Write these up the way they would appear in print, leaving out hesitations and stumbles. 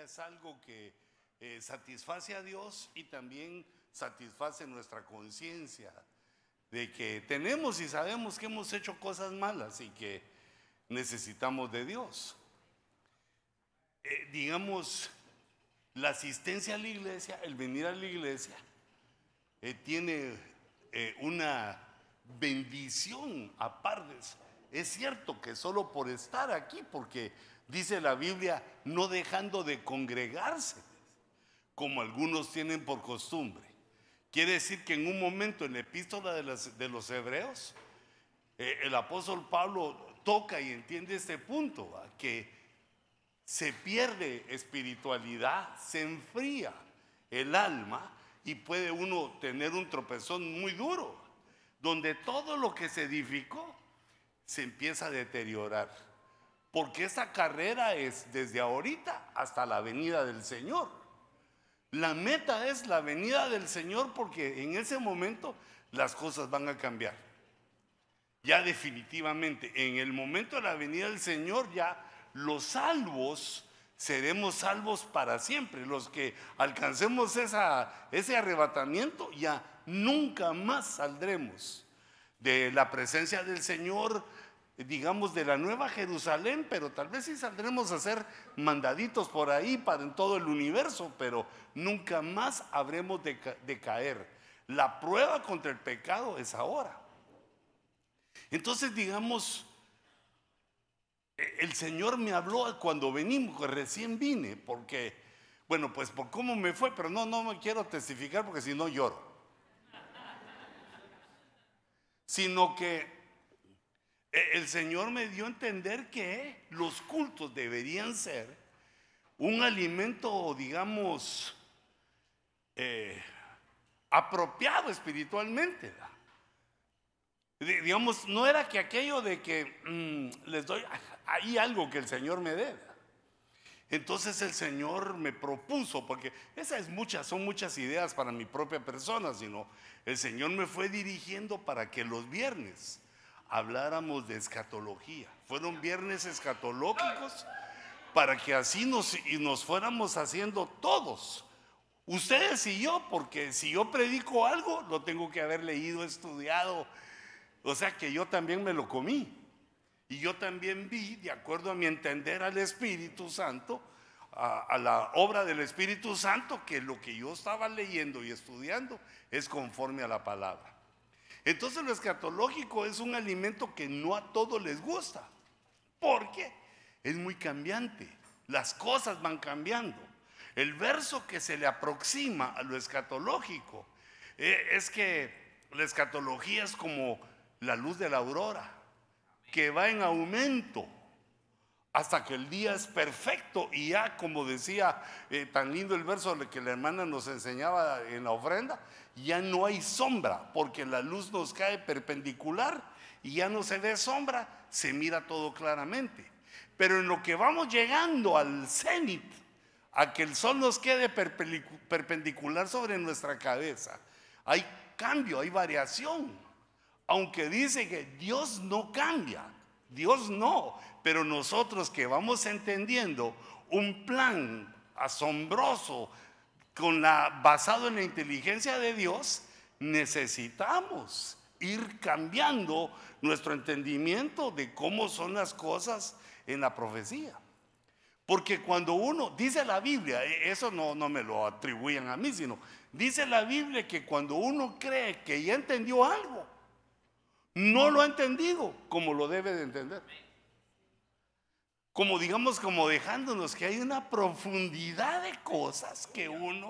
es algo que satisface a Dios y también satisface nuestra conciencia de que tenemos y sabemos que hemos hecho cosas malas y que necesitamos de Dios. Digamos, la asistencia a la iglesia, el venir a la iglesia, tiene una bendición aparte. Es cierto que solo por estar aquí, porque dice la Biblia, no dejando de congregarse, como algunos tienen por costumbre. Quiere decir que en un momento en la epístola de los Hebreos, el apóstol Pablo toca y entiende este punto, que se pierde espiritualidad, se enfría el alma y puede uno tener un tropezón muy duro, donde todo lo que se edificó se empieza a deteriorar, porque esta carrera es desde ahorita hasta la venida del Señor. La meta es la venida del Señor, porque en ese momento las cosas van a cambiar. Ya definitivamente, en el momento de la venida del Señor, ya los salvos seremos salvos para siempre. Los que alcancemos ese arrebatamiento, ya nunca más saldremos de la presencia del Señor, digamos, de la Nueva Jerusalén, pero tal vez sí saldremos a ser mandaditos por ahí para en todo el universo, pero nunca más habremos de caer. La prueba contra el pecado es ahora. Entonces, digamos, el Señor me habló cuando venimos, recién vine, porque, bueno, pues por cómo me fue, pero no me quiero testificar porque si no lloro. Sino que el Señor me dio a entender que los cultos deberían ser un alimento, digamos, apropiado espiritualmente. Digamos, no era que aquello de que les doy ahí algo que el Señor me dé. Entonces el Señor me propuso, porque son muchas ideas para mi propia persona, sino el Señor me fue dirigiendo para que los viernes habláramos de escatología. Fueron viernes escatológicos para que así nos fuéramos haciendo todos, ustedes y yo, porque si yo predico algo, lo tengo que haber leído, estudiado. O sea que yo también me lo comí. Y yo también vi, de acuerdo a mi entender al Espíritu Santo, a la obra del Espíritu Santo, que lo que yo estaba leyendo y estudiando es conforme a la palabra. Entonces lo escatológico es un alimento que no a todos les gusta, porque es muy cambiante. Las cosas van cambiando. El verso que se le aproxima a lo escatológico es que la escatología es como la luz de la aurora, que va en aumento hasta que el día es perfecto y ya, como decía tan lindo el verso que la hermana nos enseñaba en la ofrenda, ya no hay sombra, porque la luz nos cae perpendicular y ya no se ve sombra, se mira todo claramente. Pero en lo que vamos llegando al cenit, a que el sol nos quede perpendicular sobre nuestra cabeza, hay cambio, hay variación. Aunque dice que Dios no cambia, Dios no, pero nosotros que vamos entendiendo un plan asombroso basado en la inteligencia de Dios, necesitamos ir cambiando nuestro entendimiento de cómo son las cosas en la profecía. Porque cuando uno, dice la Biblia, eso no me lo atribuyen a mí, sino dice la Biblia que cuando uno cree que ya entendió algo, no lo ha entendido como lo debe de entender. Como digamos, como dejándonos que hay una profundidad de cosas que uno,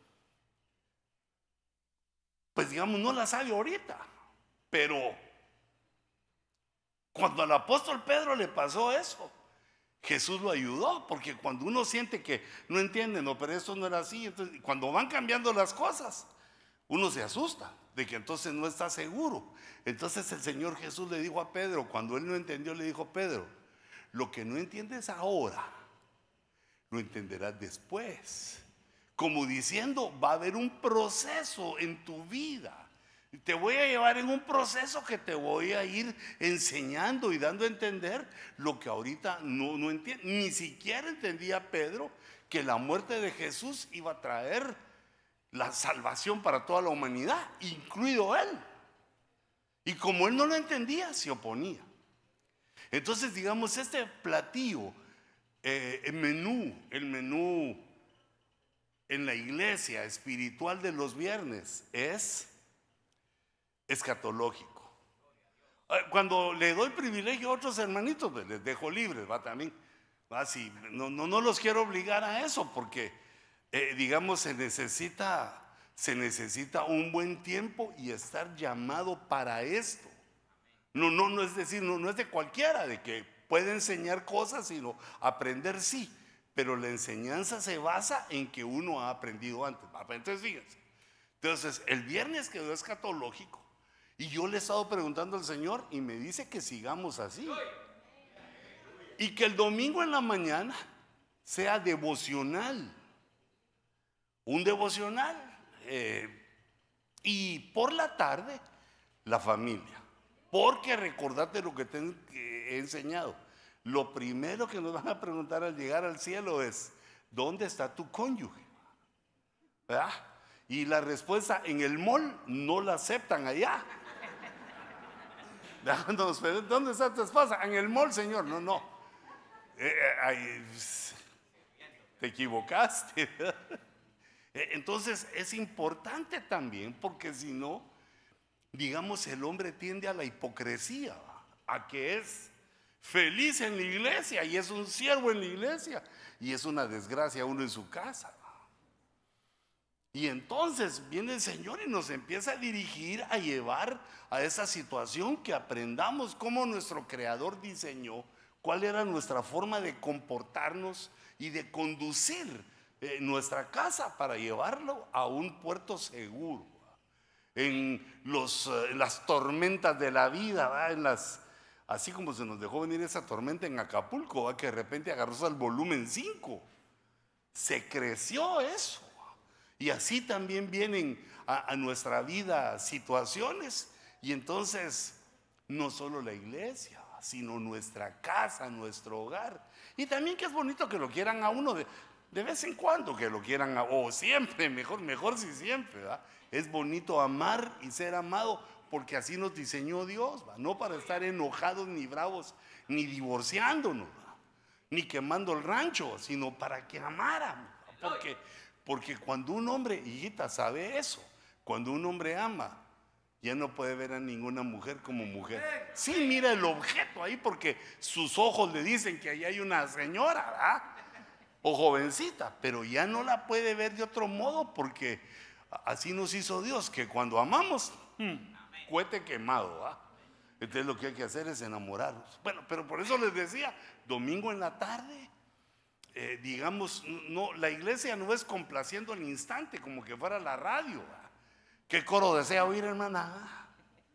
pues digamos, no la sabe ahorita. Pero cuando al apóstol Pedro le pasó eso, Jesús lo ayudó, porque cuando uno siente que no entiende, no, pero esto no era así, entonces, cuando van cambiando las cosas, uno se asusta de que entonces no está seguro. Entonces el Señor Jesús le dijo a Pedro, cuando él no entendió, le dijo: Pedro, lo que no entiendes ahora, lo entenderás después. Como diciendo, va a haber un proceso en tu vida Te voy a llevar en un proceso que te voy a ir enseñando y dando a entender lo que ahorita no entiendo. Ni siquiera entendía Pedro que la muerte de Jesús iba a traer la salvación para toda la humanidad, incluido él. Y como él no lo entendía, se oponía. Entonces, digamos, este platillo, el menú en la iglesia espiritual de los viernes es escatológico. Cuando le doy privilegio a otros hermanitos, pues les dejo libres, va también. ¿Va? Sí, no los quiero obligar a eso, porque digamos, se necesita un buen tiempo y estar llamado para esto. No es decir, no es de cualquiera, de que puede enseñar cosas, sino aprender sí, pero la enseñanza se basa en que uno ha aprendido antes. Entonces, fíjense. Entonces, el viernes quedó escatológico y yo le he estado preguntando al Señor y me dice que sigamos así. Y que el domingo en la mañana sea devocional. Un devocional. Y por la tarde, la familia. Porque recordate lo que te he enseñado. Lo primero que nos van a preguntar al llegar al cielo es: ¿dónde está tu cónyuge? ¿Verdad? Y la respuesta en el mall no la aceptan allá. ¿Dónde está tu esposa? En el mall, señor. No. Te equivocaste. Entonces es importante también, porque si no, digamos, el hombre tiende a la hipocresía, a que es feliz en la iglesia y es un siervo en la iglesia y es una desgracia uno en su casa. Y entonces viene el Señor y nos empieza a dirigir, a llevar a esa situación, que aprendamos cómo nuestro Creador diseñó, cuál era nuestra forma de comportarnos y de conducir nuestra casa para llevarlo a un puerto seguro. En las tormentas de la vida, ¿verdad? Así como se nos dejó venir esa tormenta en Acapulco, ¿verdad? Que de repente agarró al volumen 5. Se creció eso. Y así también vienen a nuestra vida situaciones. Y entonces, no solo la iglesia, sino nuestra casa, nuestro hogar. Y también que es bonito que lo quieran a uno de vez en cuando, que lo quieran o siempre, mejor si siempre, ¿verdad? Es bonito amar y ser amado, porque así nos diseñó Dios, ¿verdad? No para estar enojados, ni bravos, ni divorciándonos, ¿verdad? Ni quemando el rancho, sino para que amáramos. Porque cuando un hombre, hijita, sabe eso, cuando un hombre ama, ya no puede ver a ninguna mujer como mujer. Sí, mira el objeto ahí, porque sus ojos le dicen que ahí hay una señora, ¿verdad? O jovencita, pero ya no la puede ver de otro modo, porque así nos hizo Dios, que cuando amamos, cohete quemado, ¿verdad? Entonces lo que hay que hacer es enamorarnos. Bueno, pero por eso les decía, domingo en la tarde, digamos, no, la iglesia no es complaciendo al instante, como que fuera la radio, ¿verdad? ¿Qué coro desea oír, hermana?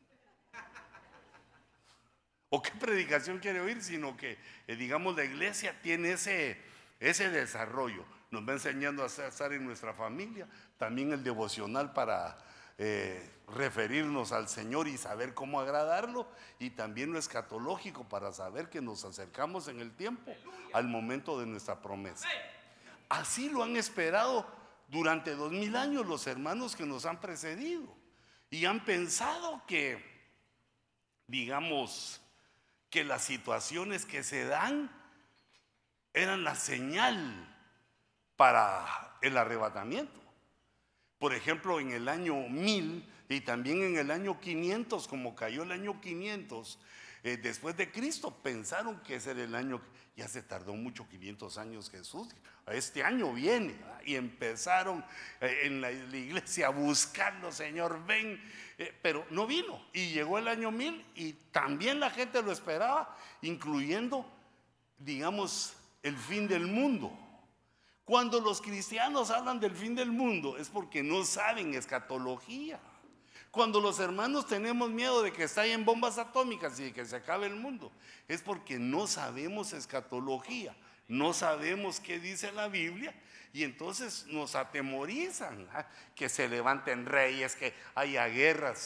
¿O qué predicación quiere oír? Sino que, digamos, la iglesia tiene ese desarrollo. Nos va enseñando a estar en nuestra familia. También el devocional para referirnos al Señor y saber cómo agradarlo. Y también lo escatológico para saber que nos acercamos en el tiempo al momento de nuestra promesa. Así lo han esperado durante 2000 años los hermanos que nos han precedido. Y han pensado que, digamos, que las situaciones que se dan eran la señal para el arrebatamiento. Por ejemplo, en el año 1000 y también en el año 500, como cayó el año 500 después de Cristo, pensaron que ese era el año. Ya se tardó mucho, 500 años Jesús. Este año viene, ¿verdad? Y empezaron en la iglesia a buscarlo, Señor, ven. Pero no vino. Y llegó el año 1000 y también la gente lo esperaba, incluyendo, digamos, el fin del mundo. Cuando los cristianos hablan del fin del mundo es porque no saben escatología. Cuando los hermanos tenemos miedo de que estallen bombas atómicas y de que se acabe el mundo, es porque no sabemos escatología, no sabemos qué dice la Biblia, y entonces nos atemorizan, ¿eh? Que se levanten reyes, que haya guerras.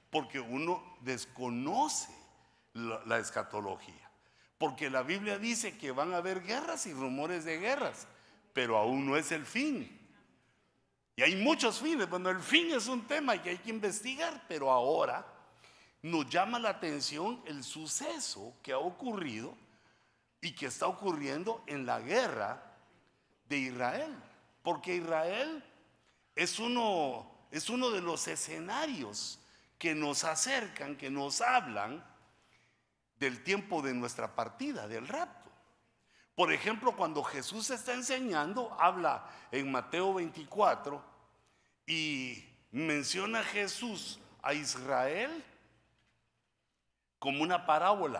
porque uno desconoce la escatología. Porque la Biblia dice que van a haber guerras y rumores de guerras, pero aún no es el fin. Y hay muchos fines. Bueno, el fin es un tema que hay que investigar, pero ahora nos llama la atención el suceso que ha ocurrido y que está ocurriendo en la guerra de Israel. Porque Israel es uno de los escenarios que nos acercan, que nos hablan del tiempo de nuestra partida, del rapto. Por ejemplo, cuando Jesús está enseñando, habla en Mateo 24 y menciona a Jesús a Israel como una parábola.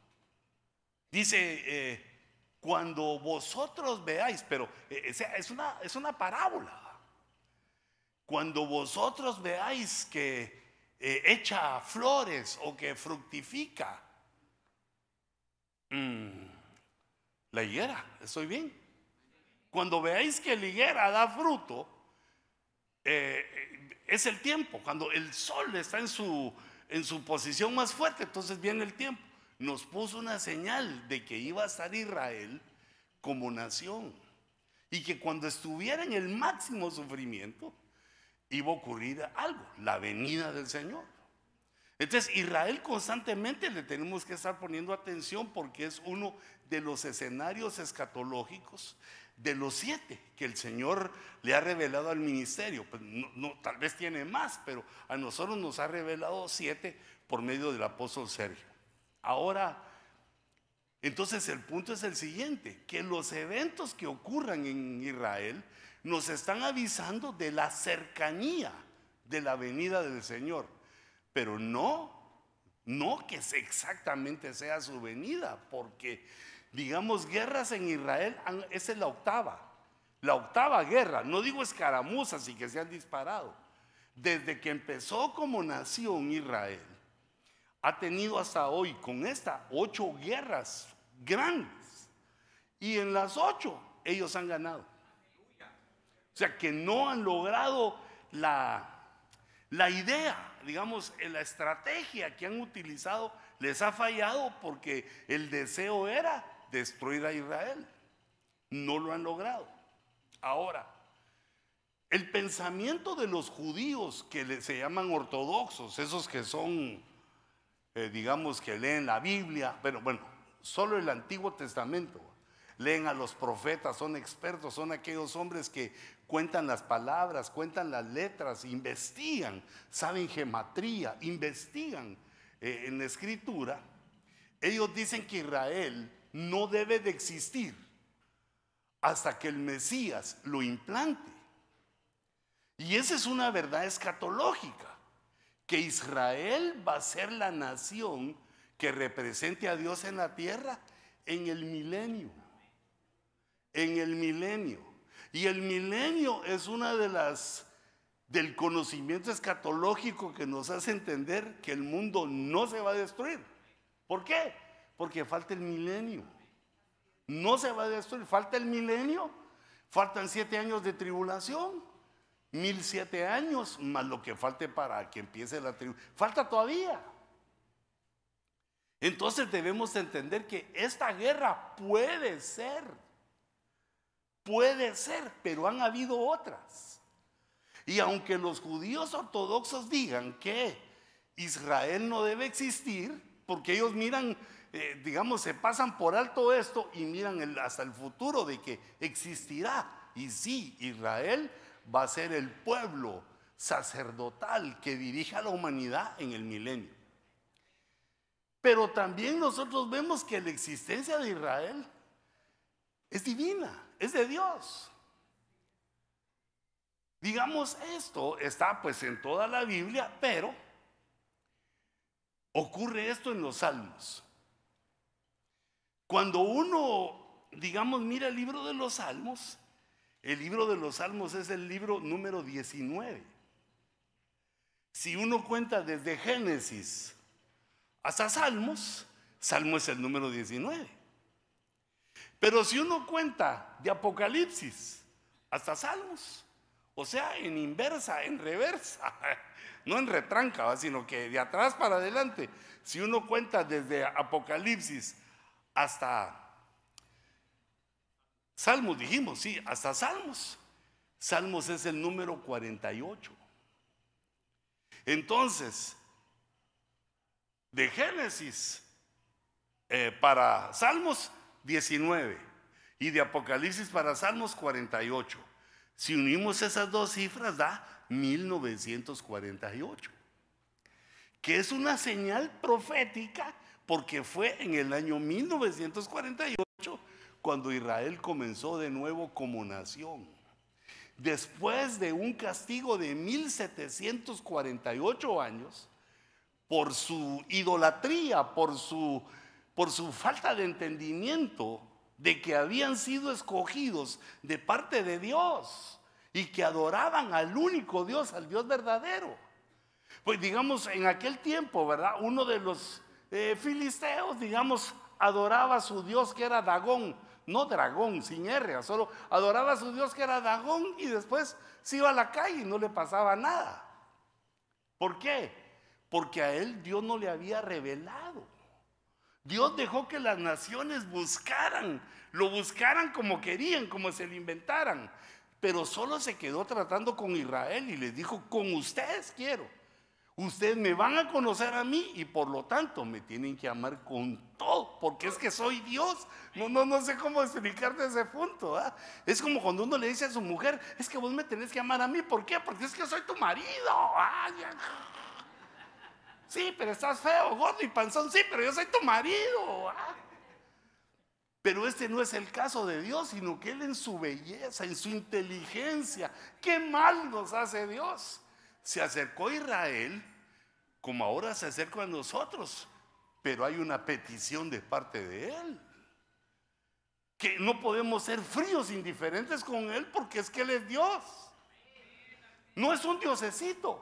Dice, cuando vosotros veáis, pero es una parábola. Cuando vosotros veáis que echa flores o que fructifica la higuera, estoy bien. Cuando veáis que la higuera da fruto, es el tiempo. Cuando el sol está en su posición más fuerte, entonces viene el tiempo. Nos puso una señal de que iba a estar Israel como nación y que cuando estuviera en el máximo sufrimiento iba a ocurrir algo, la venida del Señor. Entonces Israel constantemente le tenemos que estar poniendo atención porque es uno de los escenarios escatológicos de los 7 que el Señor le ha revelado al ministerio. Pues tal vez tiene más, pero a nosotros nos ha revelado 7 por medio del apóstol Sergio. Ahora, entonces el punto es el siguiente, que los eventos que ocurran en Israel nos están avisando de la cercanía de la venida del Señor, pero no que exactamente sea su venida, porque digamos guerras en Israel, esa es la octava guerra, no digo escaramuzas y que se han disparado. Desde que empezó como nación Israel, ha tenido hasta hoy con estas 8 guerras grandes, y en las 8 ellos han ganado. O sea que no han logrado la idea, digamos, la estrategia que han utilizado les ha fallado porque el deseo era destruir a Israel. No lo han logrado. Ahora, el pensamiento de los judíos que se llaman ortodoxos, esos que son, digamos, que leen la Biblia, pero bueno, solo el Antiguo Testamento, leen a los profetas, son expertos, son aquellos hombres que cuentan las palabras, cuentan las letras, investigan, saben gematría, investigan en la escritura. Ellos dicen que Israel no debe de existir hasta que el Mesías lo implante. Y esa es una verdad escatológica, que Israel va a ser la nación que represente a Dios en la tierra en el milenio. En el milenio. Y el milenio es una de del conocimiento escatológico que nos hace entender que el mundo no se va a destruir. ¿Por qué? Porque falta el milenio. No se va a destruir, falta el milenio, faltan 7 años de tribulación, 1007 años, más lo que falte para que empiece la tribulación. Falta todavía. Entonces debemos entender que esta guerra puede ser, pero han habido otras. Y aunque los judíos ortodoxos digan que Israel no debe existir, porque ellos miran, digamos, se pasan por alto esto y miran hasta el futuro de que existirá. Y sí, Israel va a ser el pueblo sacerdotal que dirija a la humanidad en el milenio. Pero también nosotros vemos que la existencia de Israel es divina, es de Dios. Digamos, esto está pues en toda la Biblia, pero ocurre esto en los Salmos. Cuando uno, digamos, mira el libro de los Salmos, el libro de los Salmos es el libro número 19. Si uno cuenta desde Génesis hasta Salmos, Salmo es el número 19. Pero si uno cuenta de Apocalipsis hasta Salmos, O sea, en inversa, en reversa, no en retranca, ¿va? Sino que de atrás para adelante. Si uno cuenta desde Apocalipsis hasta Salmos, dijimos, sí, hasta Salmos. Salmos es el número 48. Entonces, de Génesis para Salmos 19 y de Apocalipsis para Salmos 48. Si unimos esas dos cifras da 1948, que es una señal profética porque fue en el año 1948 cuando Israel comenzó de nuevo como nación. Después de un castigo de 1748 años por su idolatría, por su falta de entendimiento de que habían sido escogidos de parte de Dios y que adoraban al único Dios, al Dios verdadero. Pues digamos, en aquel tiempo, ¿verdad? Uno de los filisteos, digamos, adoraba a su Dios que era Dagón, no dragón, sin R, solo adoraba a su Dios que era Dagón y después se iba a la calle y no le pasaba nada. ¿Por qué? Porque a él Dios no le había revelado. Dios dejó que las naciones lo buscaran como querían, como se lo inventaran, pero solo se quedó tratando con Israel y les dijo: con ustedes quiero. Ustedes me van a conocer a mí y por lo tanto me tienen que amar con todo, porque es que soy Dios. No sé cómo explicarte ese punto, ¿eh? Es como cuando uno le dice a su mujer: es que vos me tenés que amar a mí. ¿Por qué? Porque es que soy tu marido. Ay, sí, pero estás feo, gordo y panzón. Sí, pero yo soy tu marido. Pero este no es el caso de Dios, sino que Él en su belleza, en su inteligencia, qué mal nos hace Dios. Se acercó a Israel como ahora se acerca a nosotros, pero hay una petición de parte de Él, que no podemos ser fríos, indiferentes con Él, porque es que Él es Dios. No es un diosecito.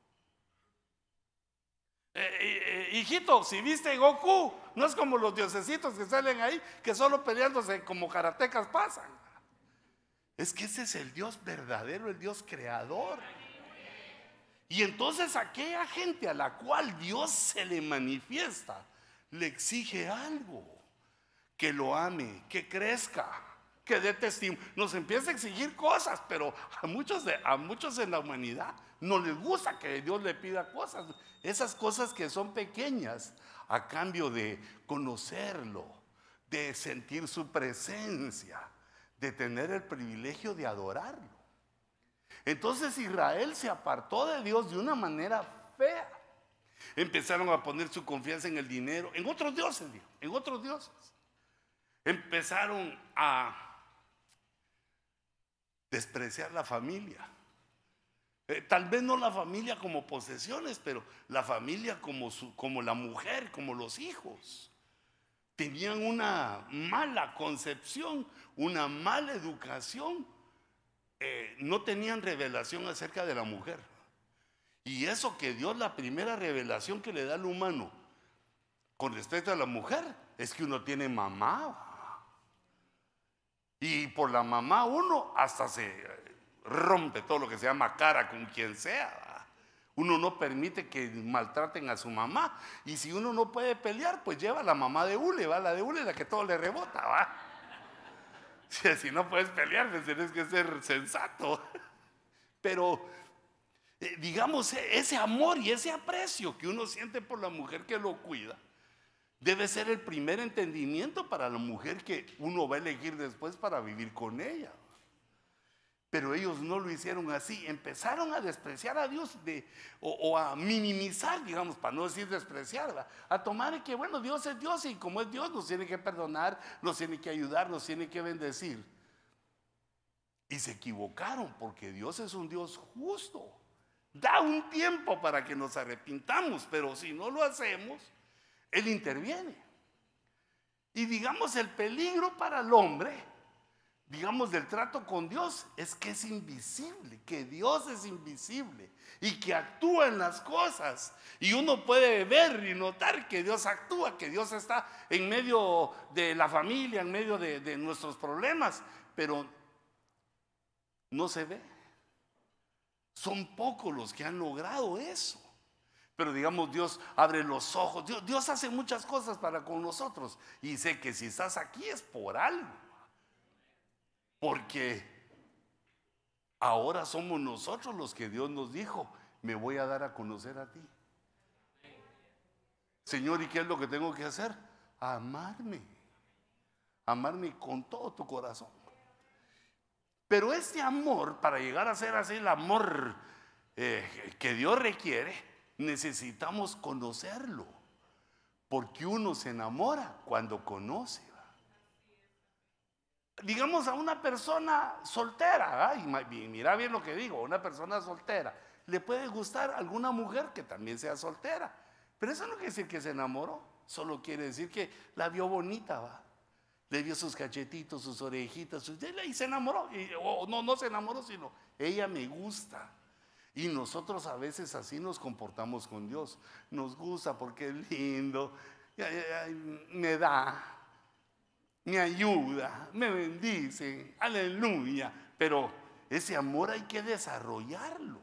Hijito, si viste Goku, no es como los diosecitos que salen ahí, que solo peleándose como karatecas pasan. Es que ese es el Dios verdadero, el Dios creador. Y entonces aquella gente a la cual Dios se le manifiesta, le exige algo: que lo ame, que crezca, que dé testimonio. Nos empieza a exigir cosas, pero a muchos en la humanidad no les gusta que Dios le pida cosas. Esas cosas que son pequeñas a cambio de conocerlo, de sentir su presencia, de tener el privilegio de adorarlo. Entonces Israel se apartó de Dios de una manera fea. Empezaron a poner su confianza en el dinero, en otros dioses, en otros dioses. Empezaron a despreciar la familia. Tal vez no la familia como posesiones, pero la familia como la mujer, como los hijos. Tenían una mala concepción, una mala educación. No tenían revelación acerca de la mujer. Y eso que Dios, la primera revelación que le da al humano con respecto a la mujer, es que uno tiene mamá. Y por la mamá uno hasta se rompe todo lo que se llama cara con quien sea. Uno no permite que maltraten a su mamá. Y si uno no puede pelear, pues lleva a la mamá de hule, va, la de hule, la que todo le rebota, va. Si no puedes pelear, pues tienes que ser sensato. Pero digamos, ese amor y ese aprecio que uno siente por la mujer que lo cuida debe ser el primer entendimiento para la mujer que uno va a elegir después para vivir con ella. Pero ellos no lo hicieron así. Empezaron a despreciar a Dios o a minimizar, digamos, para no decir despreciar, ¿verdad? A tomar que, bueno, Dios es Dios y como es Dios nos tiene que perdonar, nos tiene que ayudar, nos tiene que bendecir. Y se equivocaron, porque Dios es un Dios justo. Da un tiempo para que nos arrepintamos, pero si no lo hacemos, Él interviene. Y digamos, el peligro para el hombre, digamos, del trato con Dios, es que es invisible, que Dios es invisible y que actúa en las cosas. Y uno puede ver y notar que Dios actúa, que Dios está en medio de la familia, en medio de nuestros problemas, pero no se ve. Son pocos los que han logrado eso. Pero digamos, Dios abre los ojos. Dios hace muchas cosas para con nosotros. Y sé que si estás aquí es por algo. Porque ahora somos nosotros los que Dios nos dijo, me voy a dar a conocer a ti. Señor, ¿y qué es lo que tengo que hacer? Amarme. Amarme con todo tu corazón. Pero este amor, para llegar a ser así el amor que Dios requiere, necesitamos conocerlo. Porque uno se enamora cuando conoce. Digamos a una persona soltera, y mira bien lo que digo, una persona soltera, le puede gustar alguna mujer que también sea soltera. Pero eso no quiere decir que se enamoró, solo quiere decir que la vio bonita, ¿va? Le vio sus cachetitos, sus orejitas, y se enamoró. O no se enamoró, sino ella me gusta. Y nosotros a veces así nos comportamos con Dios. Nos gusta porque es lindo, me da, me ayuda, me bendice, aleluya. Pero ese amor hay que desarrollarlo.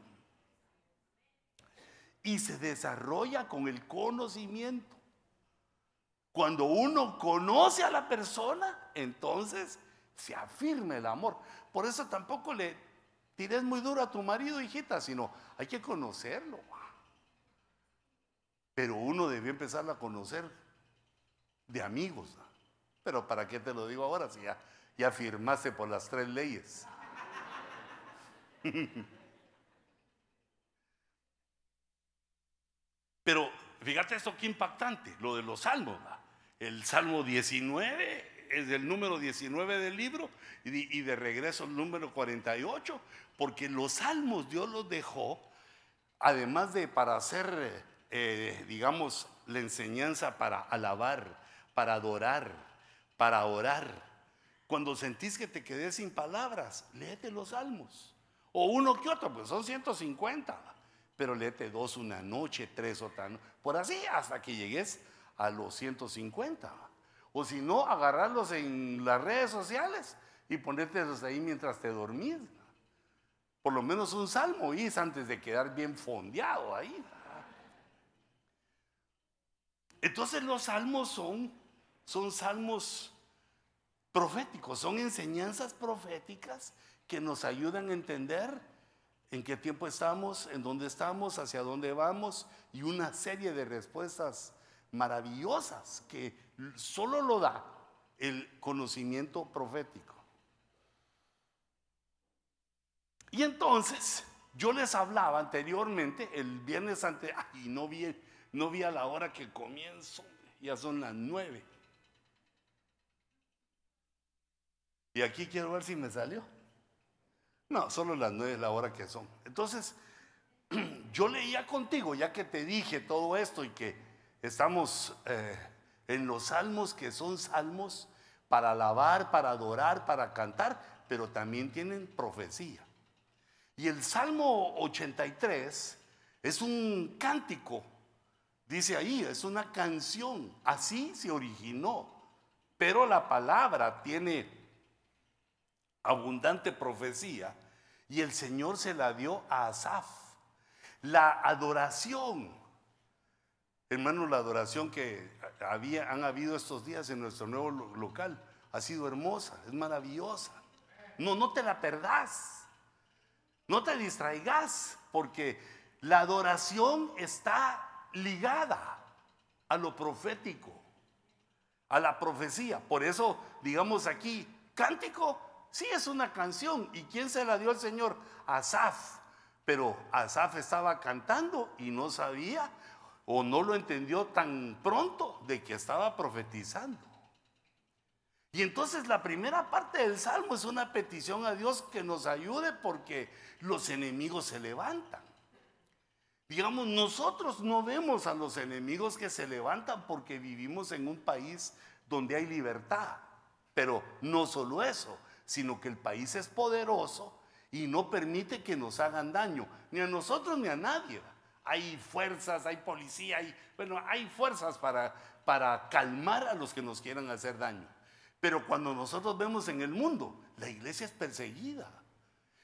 Y se desarrolla con el conocimiento. Cuando uno conoce a la persona, entonces se afirma el amor. Por eso tampoco le tires muy duro a tu marido, hijita, sino hay que conocerlo. Pero uno debe empezar a conocer de amigos. Pero ¿para qué te lo digo ahora si ya firmaste por las 3 leyes? Pero fíjate esto qué impactante, lo de los salmos. El Salmo 19 es el número 19 del libro y de regreso el número 48, porque los salmos Dios los dejó, además de para hacer, digamos, la enseñanza para alabar, para adorar, para orar. Cuando sentís que te quedé sin palabras, léete los salmos. O uno que otro, pues son 150. Pero léete 2 una noche, 3 otra noche, por así hasta que llegues a los 150. O si no, agarrarlos en las redes sociales y ponértelos ahí mientras te dormís. Por lo menos un salmo oís antes de quedar bien fondeado ahí. Entonces los salmos son salmos proféticos, son enseñanzas proféticas que nos ayudan a entender en qué tiempo estamos, en dónde estamos, hacia dónde vamos, y una serie de respuestas maravillosas que solo lo da el conocimiento profético. Y entonces yo les hablaba anteriormente, el viernes antes, y no vi a la hora que comienzo, ya son las 9. Y aquí quiero ver si me salió. No, solo las 9 es la hora que son. Entonces, yo leía contigo, ya que te dije todo esto y que estamos en los salmos, que son salmos para alabar, para adorar, para cantar, pero también tienen profecía. Y el Salmo 83 es un cántico, dice ahí, es una canción, así se originó, pero la palabra tiene abundante profecía y el Señor se la dio a Asaf. La adoración, hermanos, la adoración que han habido estos días en nuestro nuevo local ha sido hermosa, es maravillosa. No te la perdás. No te distraigas, porque la adoración está ligada a lo profético, a la profecía. Por eso, digamos aquí, cántico, sí es una canción. ¿Y quién se la dio al Señor? Asaf. Pero Asaf estaba cantando y no sabía o no lo entendió tan pronto de que estaba profetizando. Y entonces la primera parte del salmo es una petición a Dios que nos ayude porque los enemigos se levantan. Digamos, nosotros no vemos a los enemigos que se levantan porque vivimos en un país donde hay libertad. Pero no solo eso, sino que el país es poderoso y no permite que nos hagan daño, ni a nosotros ni a nadie. Hay fuerzas, hay policía, hay fuerzas para calmar a los que nos quieran hacer daño. Pero cuando nosotros vemos en el mundo, la iglesia es perseguida.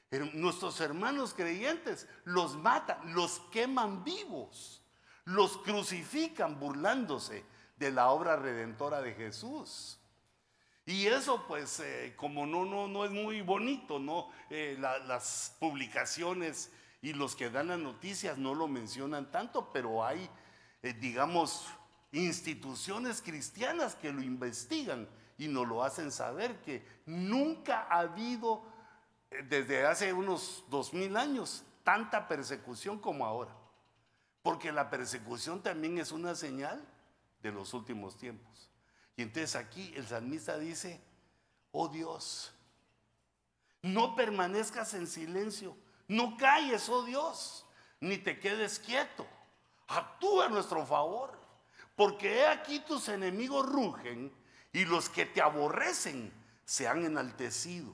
Nuestros hermanos creyentes los matan, los queman vivos, los crucifican burlándose de la obra redentora de Jesús. Y eso pues como no es muy bonito, ¿no? Las publicaciones y los que dan las noticias no lo mencionan tanto, pero hay, digamos, instituciones cristianas que lo investigan y nos lo hacen saber, que nunca ha habido, desde hace unos 2000 años, tanta persecución como ahora. Porque la persecución también es una señal de los últimos tiempos. Y entonces aquí el salmista dice: oh Dios, no permanezcas en silencio, no calles, oh Dios, ni te quedes quieto. Actúa a nuestro favor, porque he aquí tus enemigos rugen y los que te aborrecen se han enaltecido.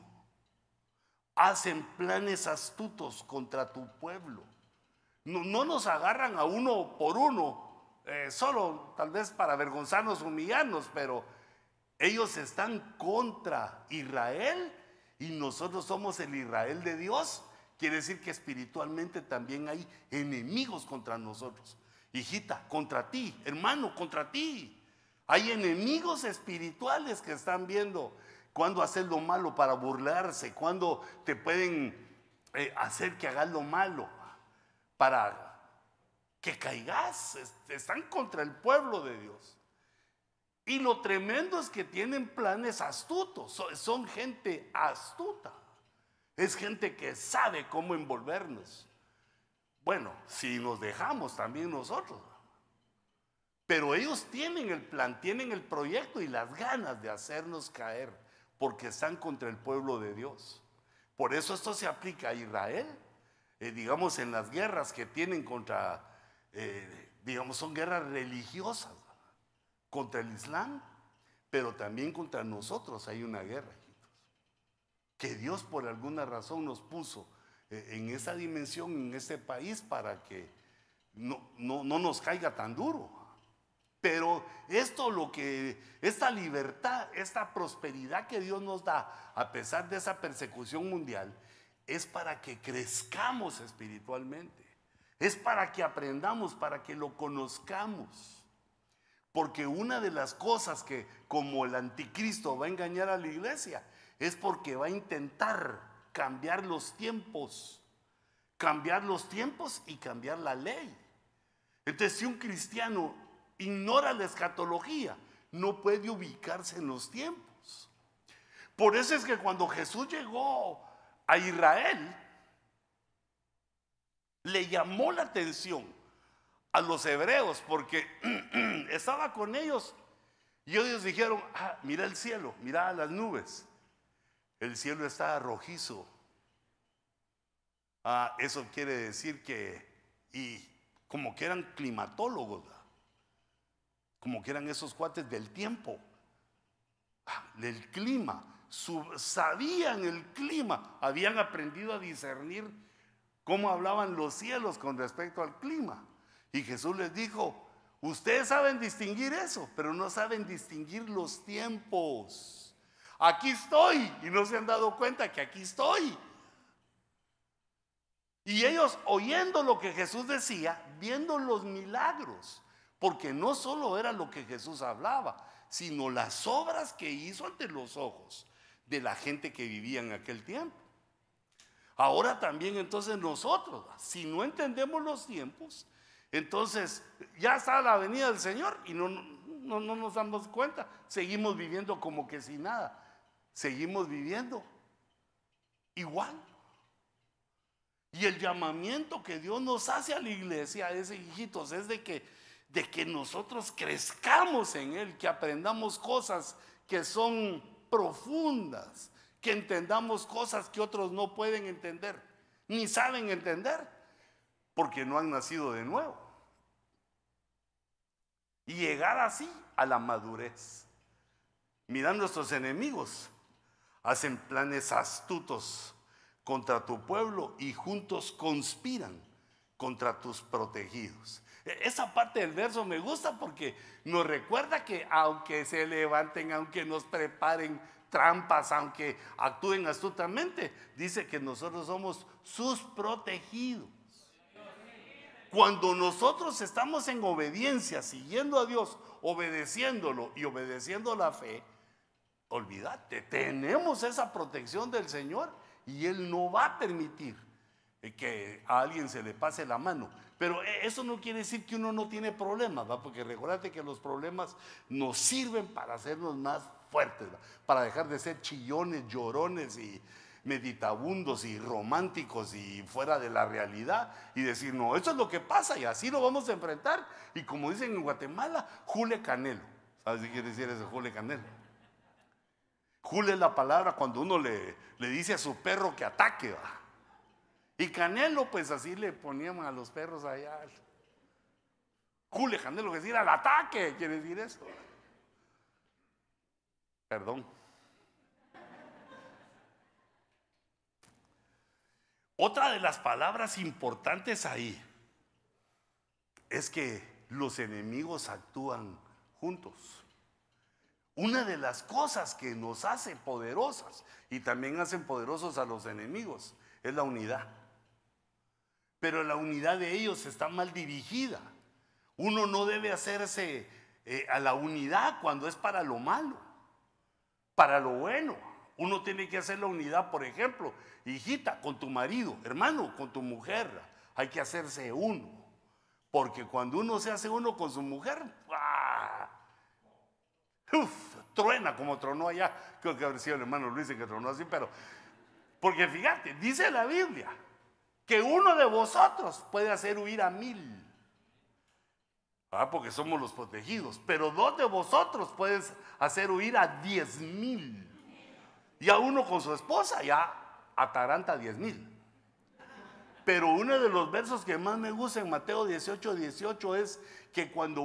Hacen planes astutos contra tu pueblo. No nos agarran a uno por uno, solo tal vez para avergonzarnos, humillarnos, pero ellos están contra Israel y nosotros somos el Israel de Dios. Quiere decir que espiritualmente también hay enemigos contra nosotros. Hijita, contra ti, hermano, contra ti. Hay enemigos espirituales que están viendo cuándo hacer lo malo para burlarse, cuándo te pueden hacer que hagas lo malo para que caigas. Están contra el pueblo de Dios. Y lo tremendo es que tienen planes astutos. Son gente astuta. Es gente que sabe cómo envolvernos. Bueno, si nos dejamos también nosotros. Pero ellos tienen el plan, tienen el proyecto y las ganas de hacernos caer, porque están contra el pueblo de Dios. Por eso esto se aplica a Israel. Digamos, en las guerras que tienen contra, digamos, son guerras religiosas, contra el Islam, pero también contra nosotros hay una guerra, hijitos, que Dios por alguna razón nos puso en esa dimensión, en este país, para que no nos caiga tan duro. Pero esta libertad, esta prosperidad que Dios nos da, a pesar de esa persecución mundial, es para que crezcamos espiritualmente. Es para que aprendamos, para que lo conozcamos. Porque una de las cosas que, como el anticristo va a engañar a la iglesia, es porque va a intentar cambiar los tiempos y cambiar la ley. Entonces, si un cristiano ignora la escatología, no puede ubicarse en los tiempos. Por eso es que cuando Jesús llegó a Israel, le llamó la atención a los hebreos, porque estaba con ellos y ellos dijeron: mira el cielo, mira las nubes, el cielo está rojizo. Eso quiere decir que, y como que eran climatólogos, como que eran esos cuates del tiempo, del clima, sabían el clima, habían aprendido a discernir cómo hablaban los cielos con respecto al clima. Y Jesús les dijo: ustedes saben distinguir eso, pero no saben distinguir los tiempos. Aquí estoy, y no se han dado cuenta que aquí estoy. Y ellos, oyendo lo que Jesús decía, viendo los milagros, porque no solo era lo que Jesús hablaba, sino las obras que hizo ante los ojos de la gente que vivía en aquel tiempo. Ahora también entonces nosotros, si no entendemos los tiempos, entonces ya está la venida del Señor y no nos damos cuenta. Seguimos viviendo como que sin nada. Seguimos viviendo igual. Y el llamamiento que Dios nos hace a la iglesia es, hijitos, es de que nosotros crezcamos en Él, que aprendamos cosas que son profundas, que entendamos cosas que otros no pueden entender, ni saben entender, porque no han nacido de nuevo. Y llegar así a la madurez. Mirad, nuestros enemigos hacen planes astutos contra tu pueblo y juntos conspiran contra tus protegidos. Esa parte del verso me gusta porque nos recuerda que aunque se levanten, aunque nos preparen, trampas, aunque actúen astutamente, dice que nosotros somos sus protegidos. Cuando nosotros estamos en obediencia, siguiendo a Dios, obedeciéndolo y obedeciendo la fe, olvídate, tenemos esa protección del Señor y Él no va a permitir que a alguien se le pase la mano. Pero eso no quiere decir que uno no tiene problemas, ¿va? Porque recuérdate que los problemas nos sirven para hacernos más fuertes, ¿va? Para dejar de ser chillones, llorones y meditabundos y románticos y fuera de la realidad y decir, no, eso es lo que pasa y así lo vamos a enfrentar. Y como dicen en Guatemala, jule canelo. ¿Sabes qué quiere decir ese jule canelo? Jule es la palabra cuando uno le dice a su perro que ataque, ¿va? Y canelo, pues así le ponían a los perros allá. Jule canelo, que decir al ataque, quiere decir eso. Perdón. Otra de las palabras importantes ahí es que los enemigos actúan juntos. Una de las cosas que nos hace poderosas y también hacen poderosos a los enemigos es la unidad. Pero la unidad de ellos está mal dirigida. Uno no debe hacerse a la unidad cuando es para lo malo, para lo bueno. Uno tiene que hacer la unidad, por ejemplo, hijita, con tu marido, hermano, con tu mujer. Hay que hacerse uno. Porque cuando uno se hace uno con su mujer, truena como tronó allá. Creo que habría sido el hermano Luis el que tronó así, pero porque fíjate, dice la Biblia que uno de vosotros puede hacer huir a 1000. Porque somos los protegidos. Pero 2 de vosotros pueden hacer huir a 10,000. Ya uno con su esposa ya ataranta 10,000. Pero uno de los versos que más me gusta en Mateo 18:18 es que cuando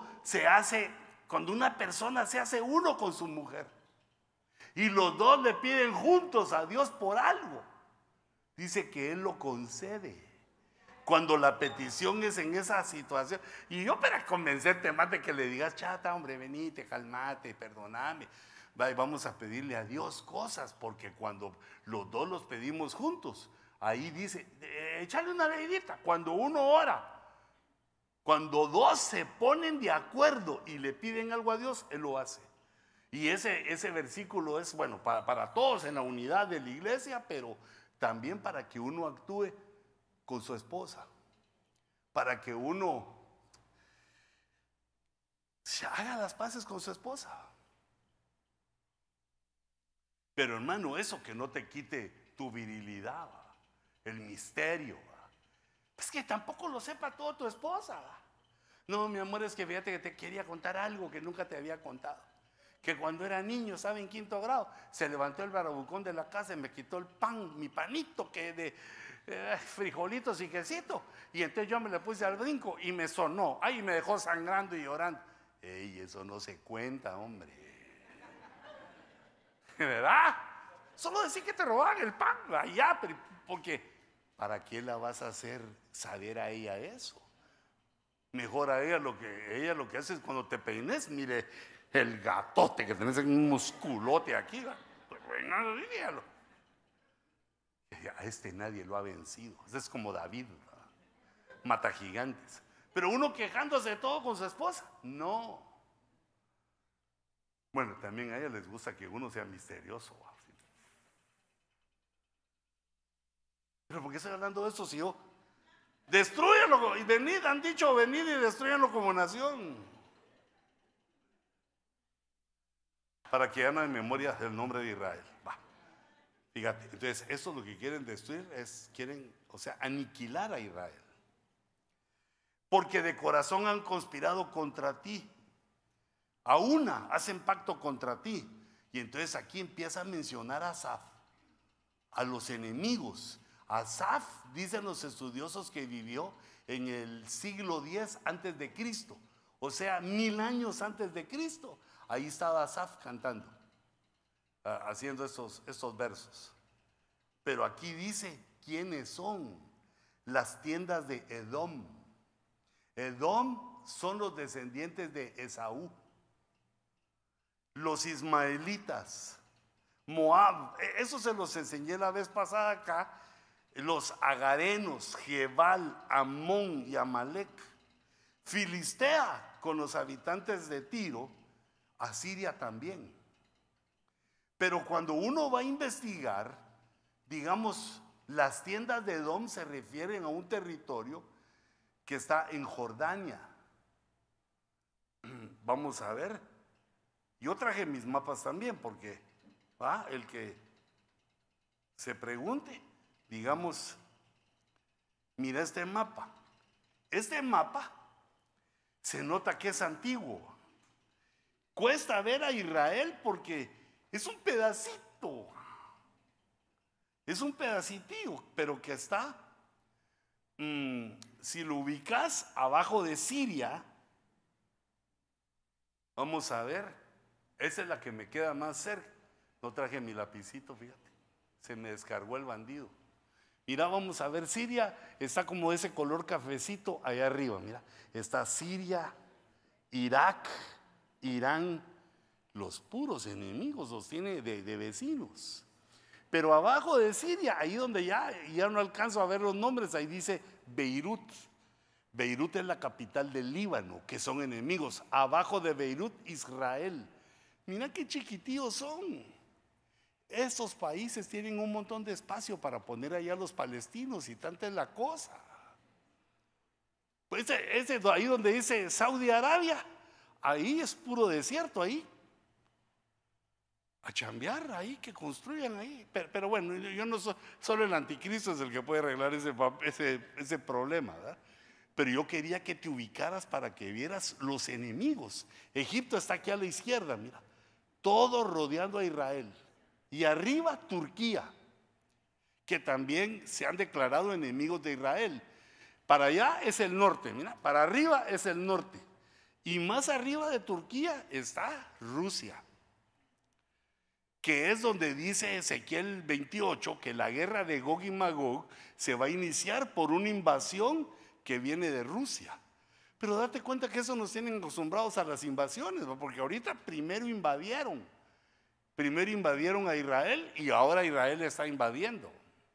una persona se hace uno con su mujer y los dos le piden juntos a Dios por algo, dice que Él lo concede. Cuando la petición es en esa situación. Y yo para convencerte más de que le digas, chata, hombre, venite, calmate, perdóname. Vamos a pedirle a Dios cosas, porque cuando los dos los pedimos juntos, ahí dice, échale una leidita. Cuando uno ora, cuando 2 se ponen de acuerdo y le piden algo a Dios, Él lo hace. Y ese versículo es, bueno, para todos en la unidad de la iglesia, pero también para que uno actúe con su esposa, para que uno se haga las paces con su esposa. Pero hermano, eso que no te quite tu virilidad, el misterio, pues que tampoco lo sepa toda tu esposa. No, mi amor, es que fíjate que te quería contar algo que nunca te había contado. Que cuando era niño, ¿sabe? En 5º grado, se levantó el barabucón de la casa y me quitó el pan, mi panito, que de frijolitos y quesito. Y entonces yo me le puse al brinco y me sonó. Ay, me dejó sangrando y llorando. Ey, eso no se cuenta, hombre. ¿Verdad? Solo decir que te robaban el pan, allá, porque ¿para qué la vas a hacer saber a ella eso? Mejor a ella lo que hace es cuando te peines, mire el gatote que tenés en un musculote aquí, pues venga, dígalo. A este nadie lo ha vencido. Es como David, ¿verdad? Mata gigantes. Pero uno quejándose de todo con su esposa, no. Bueno, también a ella les gusta que uno sea misterioso. Pero ¿por qué estoy hablando de eso si yo? Destrúyanlo y venid, han dicho venid y destruyanlo como nación. Para que ya no hay memoria del nombre de Israel. Fíjate, entonces eso lo que quieren destruir quieren aniquilar a Israel. Porque de corazón han conspirado contra ti. A una hacen pacto contra ti. Y entonces aquí empieza a mencionar a Asaf, a los enemigos. Asaf, dicen los estudiosos, que vivió en el siglo X antes de Cristo. O sea, 1000 años antes de Cristo. Ahí estaba Asaf cantando, haciendo estos versos. Pero aquí dice quiénes son las tiendas de Edom. Edom son los descendientes de Esaú. Los ismaelitas Moab, eso se los enseñé la vez pasada acá, los agarenos, Gebal, Amón y Amalek. Filistea con los habitantes de Tiro, Asiria también. Pero cuando uno va a investigar, digamos, las tiendas de Edom se refieren a un territorio que está en Jordania. Vamos a ver. Yo traje mis mapas también porque el que se pregunte, digamos, mira este mapa. Este mapa se nota que es antiguo. Cuesta ver a Israel porque es un pedacito. Es un pedacito, pero que está, si lo ubicas abajo de Siria, vamos a ver, esa es la que me queda más cerca. No traje mi lapicito, fíjate, se me descargó el bandido. Mira, vamos a ver, Siria está como ese color cafecito allá arriba, mira, está Siria, Irak, Irán, los puros enemigos los tiene de vecinos. Pero abajo de Siria, ahí donde ya no alcanzo a ver los nombres, ahí dice Beirut. Beirut es la capital del Líbano, que son enemigos. Abajo de Beirut, Israel. Mira qué chiquitillos son. Estos países tienen un montón de espacio para poner allá a los palestinos y tanta es la cosa. Pues ese ahí donde dice Saudi Arabia, ahí es puro desierto, ahí. A chambear ahí, que construyan ahí. Pero bueno, yo no soy, solo el anticristo es el que puede arreglar ese problema, ¿verdad? Pero yo quería que te ubicaras para que vieras los enemigos. Egipto está aquí a la izquierda, mira, todo rodeando a Israel. Y arriba Turquía, que también se han declarado enemigos de Israel. Para allá es el norte, mira, para arriba es el norte. Y más arriba de Turquía está Rusia, que es donde dice Ezequiel 28 que la guerra de Gog y Magog se va a iniciar por una invasión que viene de Rusia. Pero date cuenta que eso nos tienen acostumbrados a las invasiones, ¿no? Porque ahorita primero invadieron a Israel y ahora Israel está invadiendo.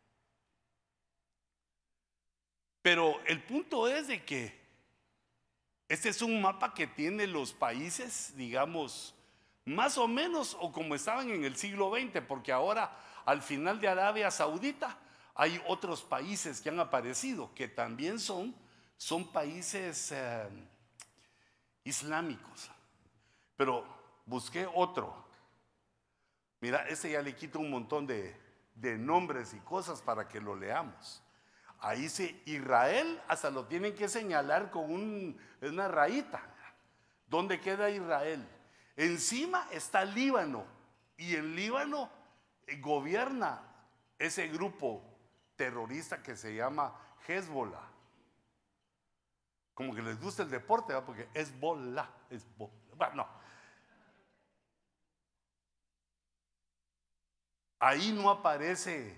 Pero el punto es de que este es un mapa que tiene los países, digamos, más o menos o como estaban en el siglo XX, porque ahora al final de Arabia Saudita hay otros países que han aparecido que también son países islámicos. Pero busqué otro. Mira, este ya le quito un montón de nombres y cosas para que lo leamos. Ahí dice Israel, hasta lo tienen que señalar con una rayita. ¿Dónde queda Israel? Encima está Líbano, y en Líbano gobierna ese grupo terrorista que se llama Hezbollah. Como que les gusta el deporte, ¿verdad? Porque es bola, bueno, no. Ahí no aparece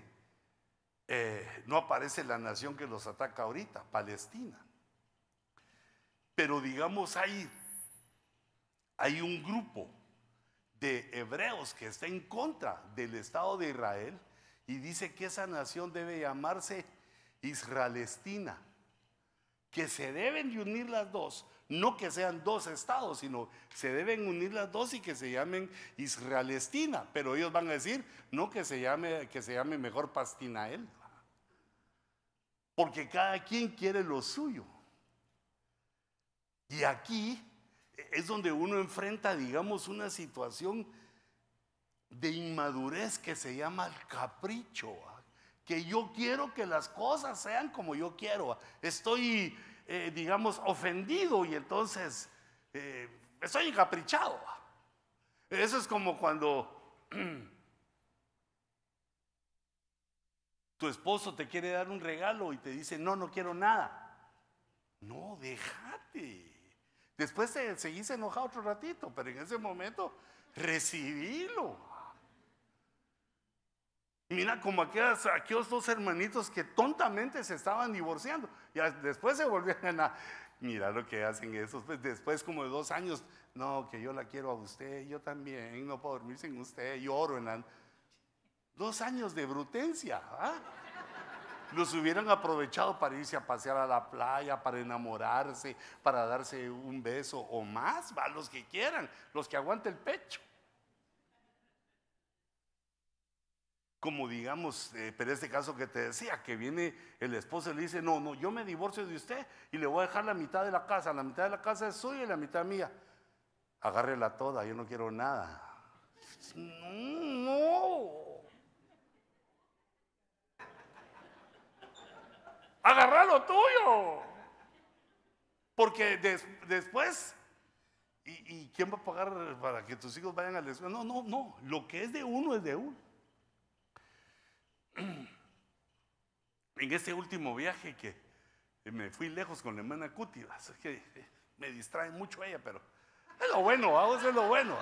la nación que los ataca ahorita, Palestina. Pero digamos hay un grupo de hebreos que está en contra del Estado de Israel y dice que esa nación debe llamarse Israelestina, que se deben de unir las dos, no que sean dos estados, sino se deben unir las dos y que se llamen Israelestina, pero ellos van a decir no que se llame mejor Pastinael, porque cada quien quiere lo suyo. Y aquí es donde uno enfrenta, digamos, una situación de inmadurez que se llama el capricho, que yo quiero que las cosas sean como yo quiero. Estoy, digamos, ofendido y entonces estoy encaprichado. Eso es como cuando tu esposo te quiere dar un regalo y te dice, no quiero nada. No, déjate. Después te seguís enojado otro ratito, pero en ese momento recibilo. Mira como aquellos dos hermanitos que tontamente se estaban divorciando. Ya después se volvían a... Mira lo que hacen esos. Pues después como de 2 años, no, que yo la quiero a usted, yo también, no puedo dormir sin usted, lloro en la... 2 años de brutencia, ¿ah? Los hubieran aprovechado para irse a pasear a la playa, para enamorarse, para darse un beso o más, va, los que quieran, los que aguante el pecho. Como digamos, pero este caso que te decía, que viene el esposo y le dice, no, yo me divorcio de usted y le voy a dejar la mitad de la casa es suya y la mitad mía. Agárrela toda, yo no quiero nada. No. Agarra lo tuyo. Porque después, ¿y quién va a pagar para que tus hijos vayan a la escuela? No. Lo que es de uno es de uno. En este último viaje que me fui lejos con la hermana Cuti, es que me distrae mucho ella, pero es lo bueno, vamos, es lo bueno.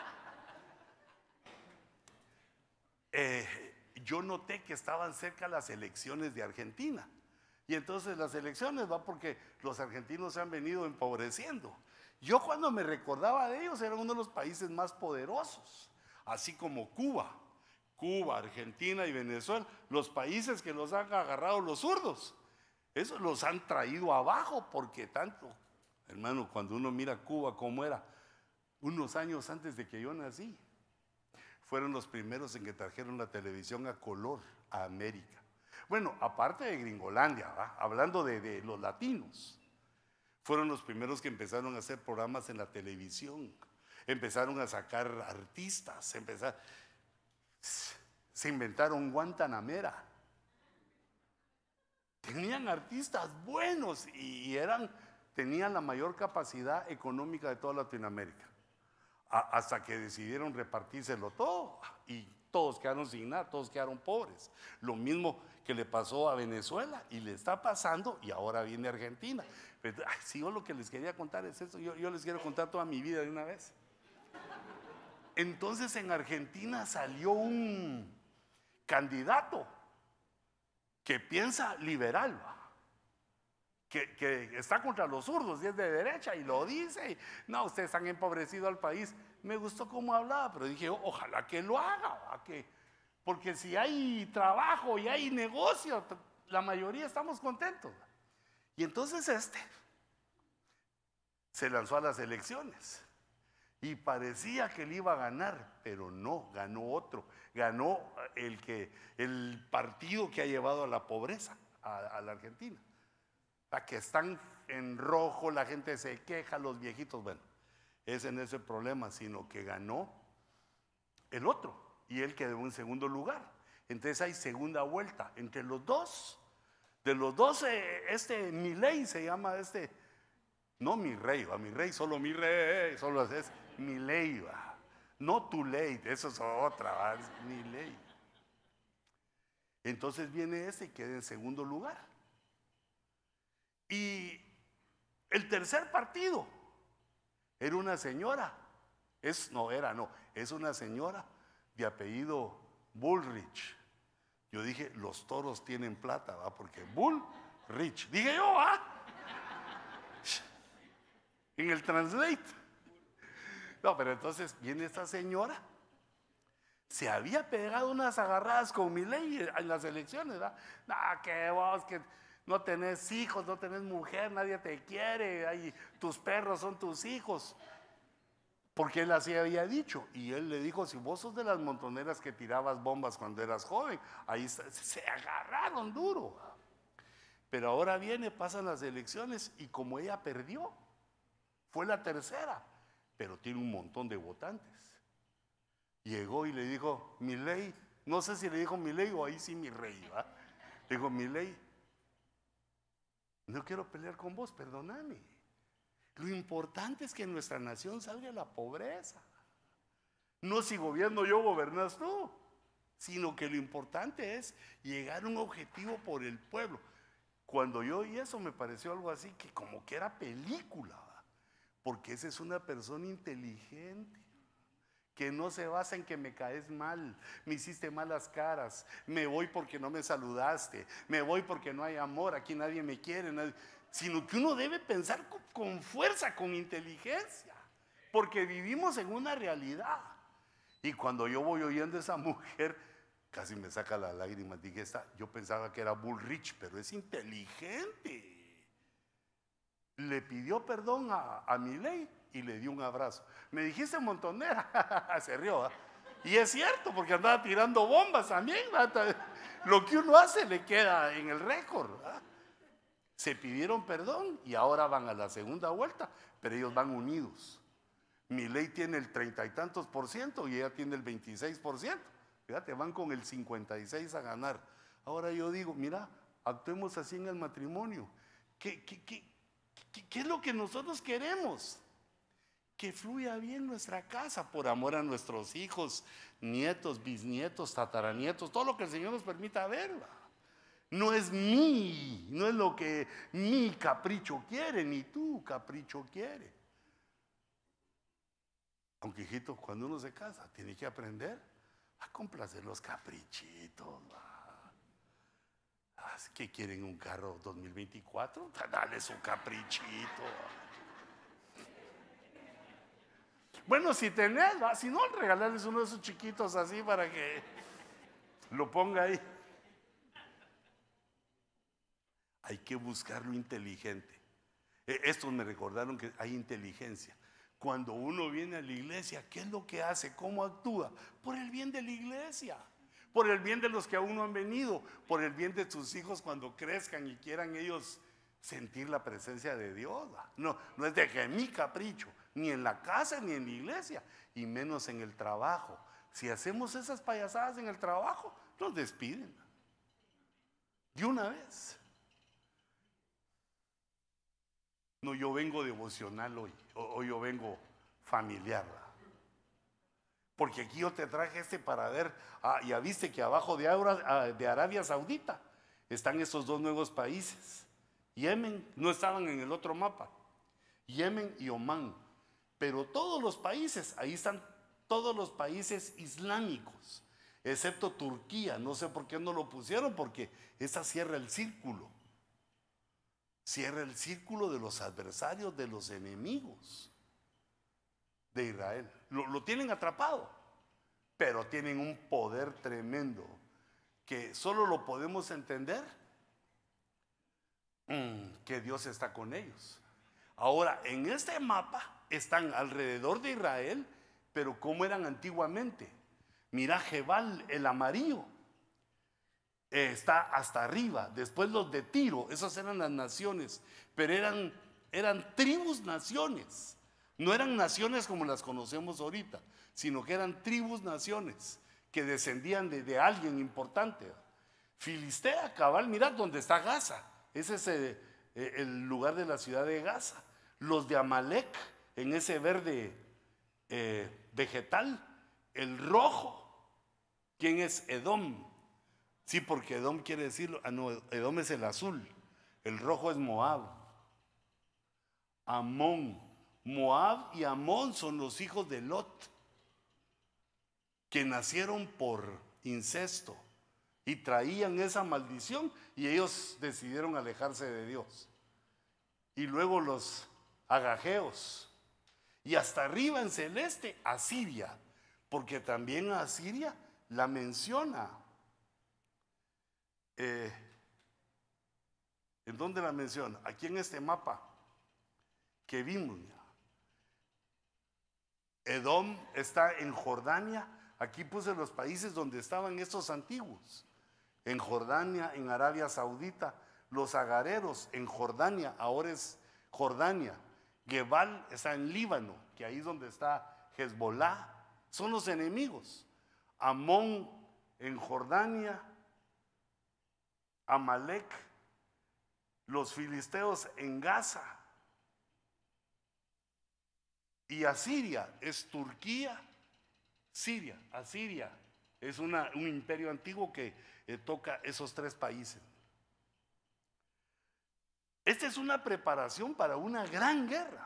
Yo noté que estaban cerca las elecciones de Argentina. Y entonces las elecciones va porque los argentinos se han venido empobreciendo. Yo cuando me recordaba de ellos eran uno de los países más poderosos, así como Cuba, Argentina y Venezuela, los países que los han agarrado los zurdos. Esos los han traído abajo porque tanto, hermano, cuando uno mira Cuba como era unos años antes de que yo nací, fueron los primeros en que trajeron la televisión a color a América. Bueno, aparte de Gringolandia, ¿va? Hablando de los latinos, fueron los primeros que empezaron a hacer programas en la televisión, empezaron a sacar artistas, se inventaron Guantanamera. Tenían artistas buenos y tenían la mayor capacidad económica de toda Latinoamérica. Hasta que decidieron repartírselo todo y todos quedaron sin nada, todos quedaron pobres. Lo mismo que le pasó a Venezuela y le está pasando y ahora viene Argentina. Pero, si yo lo que les quería contar es eso, yo les quiero contar toda mi vida de una vez. Entonces en Argentina salió un candidato que piensa liberal, que está contra los zurdos y es de derecha y lo dice. No, ustedes han empobrecido al país. Me gustó cómo hablaba, pero dije, ojalá que lo haga, porque si hay trabajo y hay negocio, la mayoría estamos contentos. Y entonces se lanzó a las elecciones y parecía que él iba a ganar, pero no, ganó otro, ganó el partido que ha llevado a la pobreza a la Argentina. Que están en rojo, la gente se queja, los viejitos, bueno, ese no es el problema, sino que ganó el otro y él quedó en segundo lugar. Entonces hay segunda vuelta entre los dos. De los dos, Milei se llama no mi rey, solo mi rey, solo es Milei, no too late, eso es otra, es Milei. Entonces viene y queda en segundo lugar. Y el tercer partido era una señora, es una señora de apellido Bullrich. Yo dije, los toros tienen plata, porque Bullrich, dije yo, en el translate. No, pero entonces viene esta señora, se había pegado unas agarradas con Milei en las elecciones, que vos, que no tenés hijos, no tenés mujer, nadie te quiere, tus perros son tus hijos. Porque él así había dicho. Y él le dijo, si vos sos de las montoneras que tirabas bombas cuando eras joven, ahí se agarraron duro. Pero ahora pasan las elecciones y como ella perdió, fue la tercera, pero tiene un montón de votantes. Llegó y le dijo, Milei, no sé si le dijo Milei o ahí sí mi rey, le dijo, Milei, no quiero pelear con vos, perdóname. Lo importante es que nuestra nación salga de la pobreza. No si gobierno yo, gobernas tú, sino que lo importante es llegar a un objetivo por el pueblo. Cuando yo oí eso me pareció algo así que como que era película, porque esa es una persona inteligente, que no se basa en que me caes mal, me hiciste malas caras, me voy porque no me saludaste, me voy porque no hay amor, aquí nadie me quiere, sino que uno debe pensar con fuerza, con inteligencia, porque vivimos en una realidad. Y cuando yo voy oyendo a esa mujer, casi me saca la lágrima. Dije, yo pensaba que era Bullrich, pero es inteligente. Le pidió perdón a Milei y le dio un abrazo. Me dijiste montonera, se rió. ¿Eh? Y es cierto, porque andaba tirando bombas también. Lo que uno hace le queda en el récord. ¿Eh? Se pidieron perdón y ahora van a la segunda vuelta, pero ellos van unidos. Milei tiene el 30 y tantos % y ella tiene el 26%. Fíjate, van con el 56 a ganar. Ahora yo digo, mira, actuemos así en el matrimonio. ¿Qué es lo que nosotros queremos? Que fluya bien nuestra casa por amor a nuestros hijos, nietos, bisnietos, tataranietos, todo lo que el Señor nos permita ver. No es no es lo que mi capricho quiere, ni tu capricho quiere. Aunque, hijito, cuando uno se casa, tiene que aprender a complacer los caprichitos. ¿Qué quieren, un carro 2024? Dale su caprichito. Bueno, si tenés, si no, regalarles uno de esos chiquitos así para que lo ponga ahí. Hay que buscar lo inteligente. Estos me recordaron que hay inteligencia. Cuando uno viene a la iglesia, ¿qué es lo que hace? ¿Cómo actúa? Por el bien de la iglesia, por el bien de los que aún no han venido, por el bien de sus hijos cuando crezcan y quieran ellos sentir la presencia de Dios. No es de que mi capricho, ni en la casa ni en la iglesia, y menos en el trabajo. Si hacemos esas payasadas en el trabajo, nos despiden de una vez. No, yo vengo devocional hoy, o yo vengo familiar. Porque aquí yo te traje para ver, ya viste que abajo de Arabia Saudita están esos dos nuevos países. Yemen, no estaban en el otro mapa, Yemen y Omán. Pero todos los países, ahí están todos los países islámicos, excepto Turquía. No sé por qué no lo pusieron, porque esa cierra el círculo. Cierra el círculo de los adversarios, de los enemigos de Israel. Lo tienen atrapado, pero tienen un poder tremendo que solo lo podemos entender que Dios está con ellos. Ahora, en este mapa están alrededor de Israel, pero ¿cómo eran antiguamente? Mira, Jebal, el amarillo, está hasta arriba. Después los de Tiro, esas eran las naciones, pero eran tribus naciones. No eran naciones como las conocemos ahorita, sino que eran tribus naciones que descendían de alguien importante. Filistea, cabal, mirad donde está Gaza. Ese es el lugar de la ciudad de Gaza. Los de Amalek, en ese verde vegetal. El rojo, ¿quién es? Edom. Sí, porque Edom quiere decirlo. No, Edom es el azul. El rojo es Moab. Amón. Moab y Amón son los hijos de Lot, que nacieron por incesto y traían esa maldición, y ellos decidieron alejarse de Dios. Y luego los agajeos, y hasta arriba en celeste Asiria, porque también a Asiria la menciona. ¿En dónde la menciona? Aquí en este mapa que vimos. Edom está en Jordania. Aquí puse los países donde estaban estos antiguos. En Jordania, en Arabia Saudita. Los agareros en Jordania, ahora es Jordania. Gebal está en Líbano, que ahí es donde está Hezbolá. Son los enemigos. Amón en Jordania. Amalek, los filisteos en Gaza. Y Asiria es Turquía, Siria. Asiria es un imperio antiguo que toca esos tres países. Esta es una preparación para una gran guerra.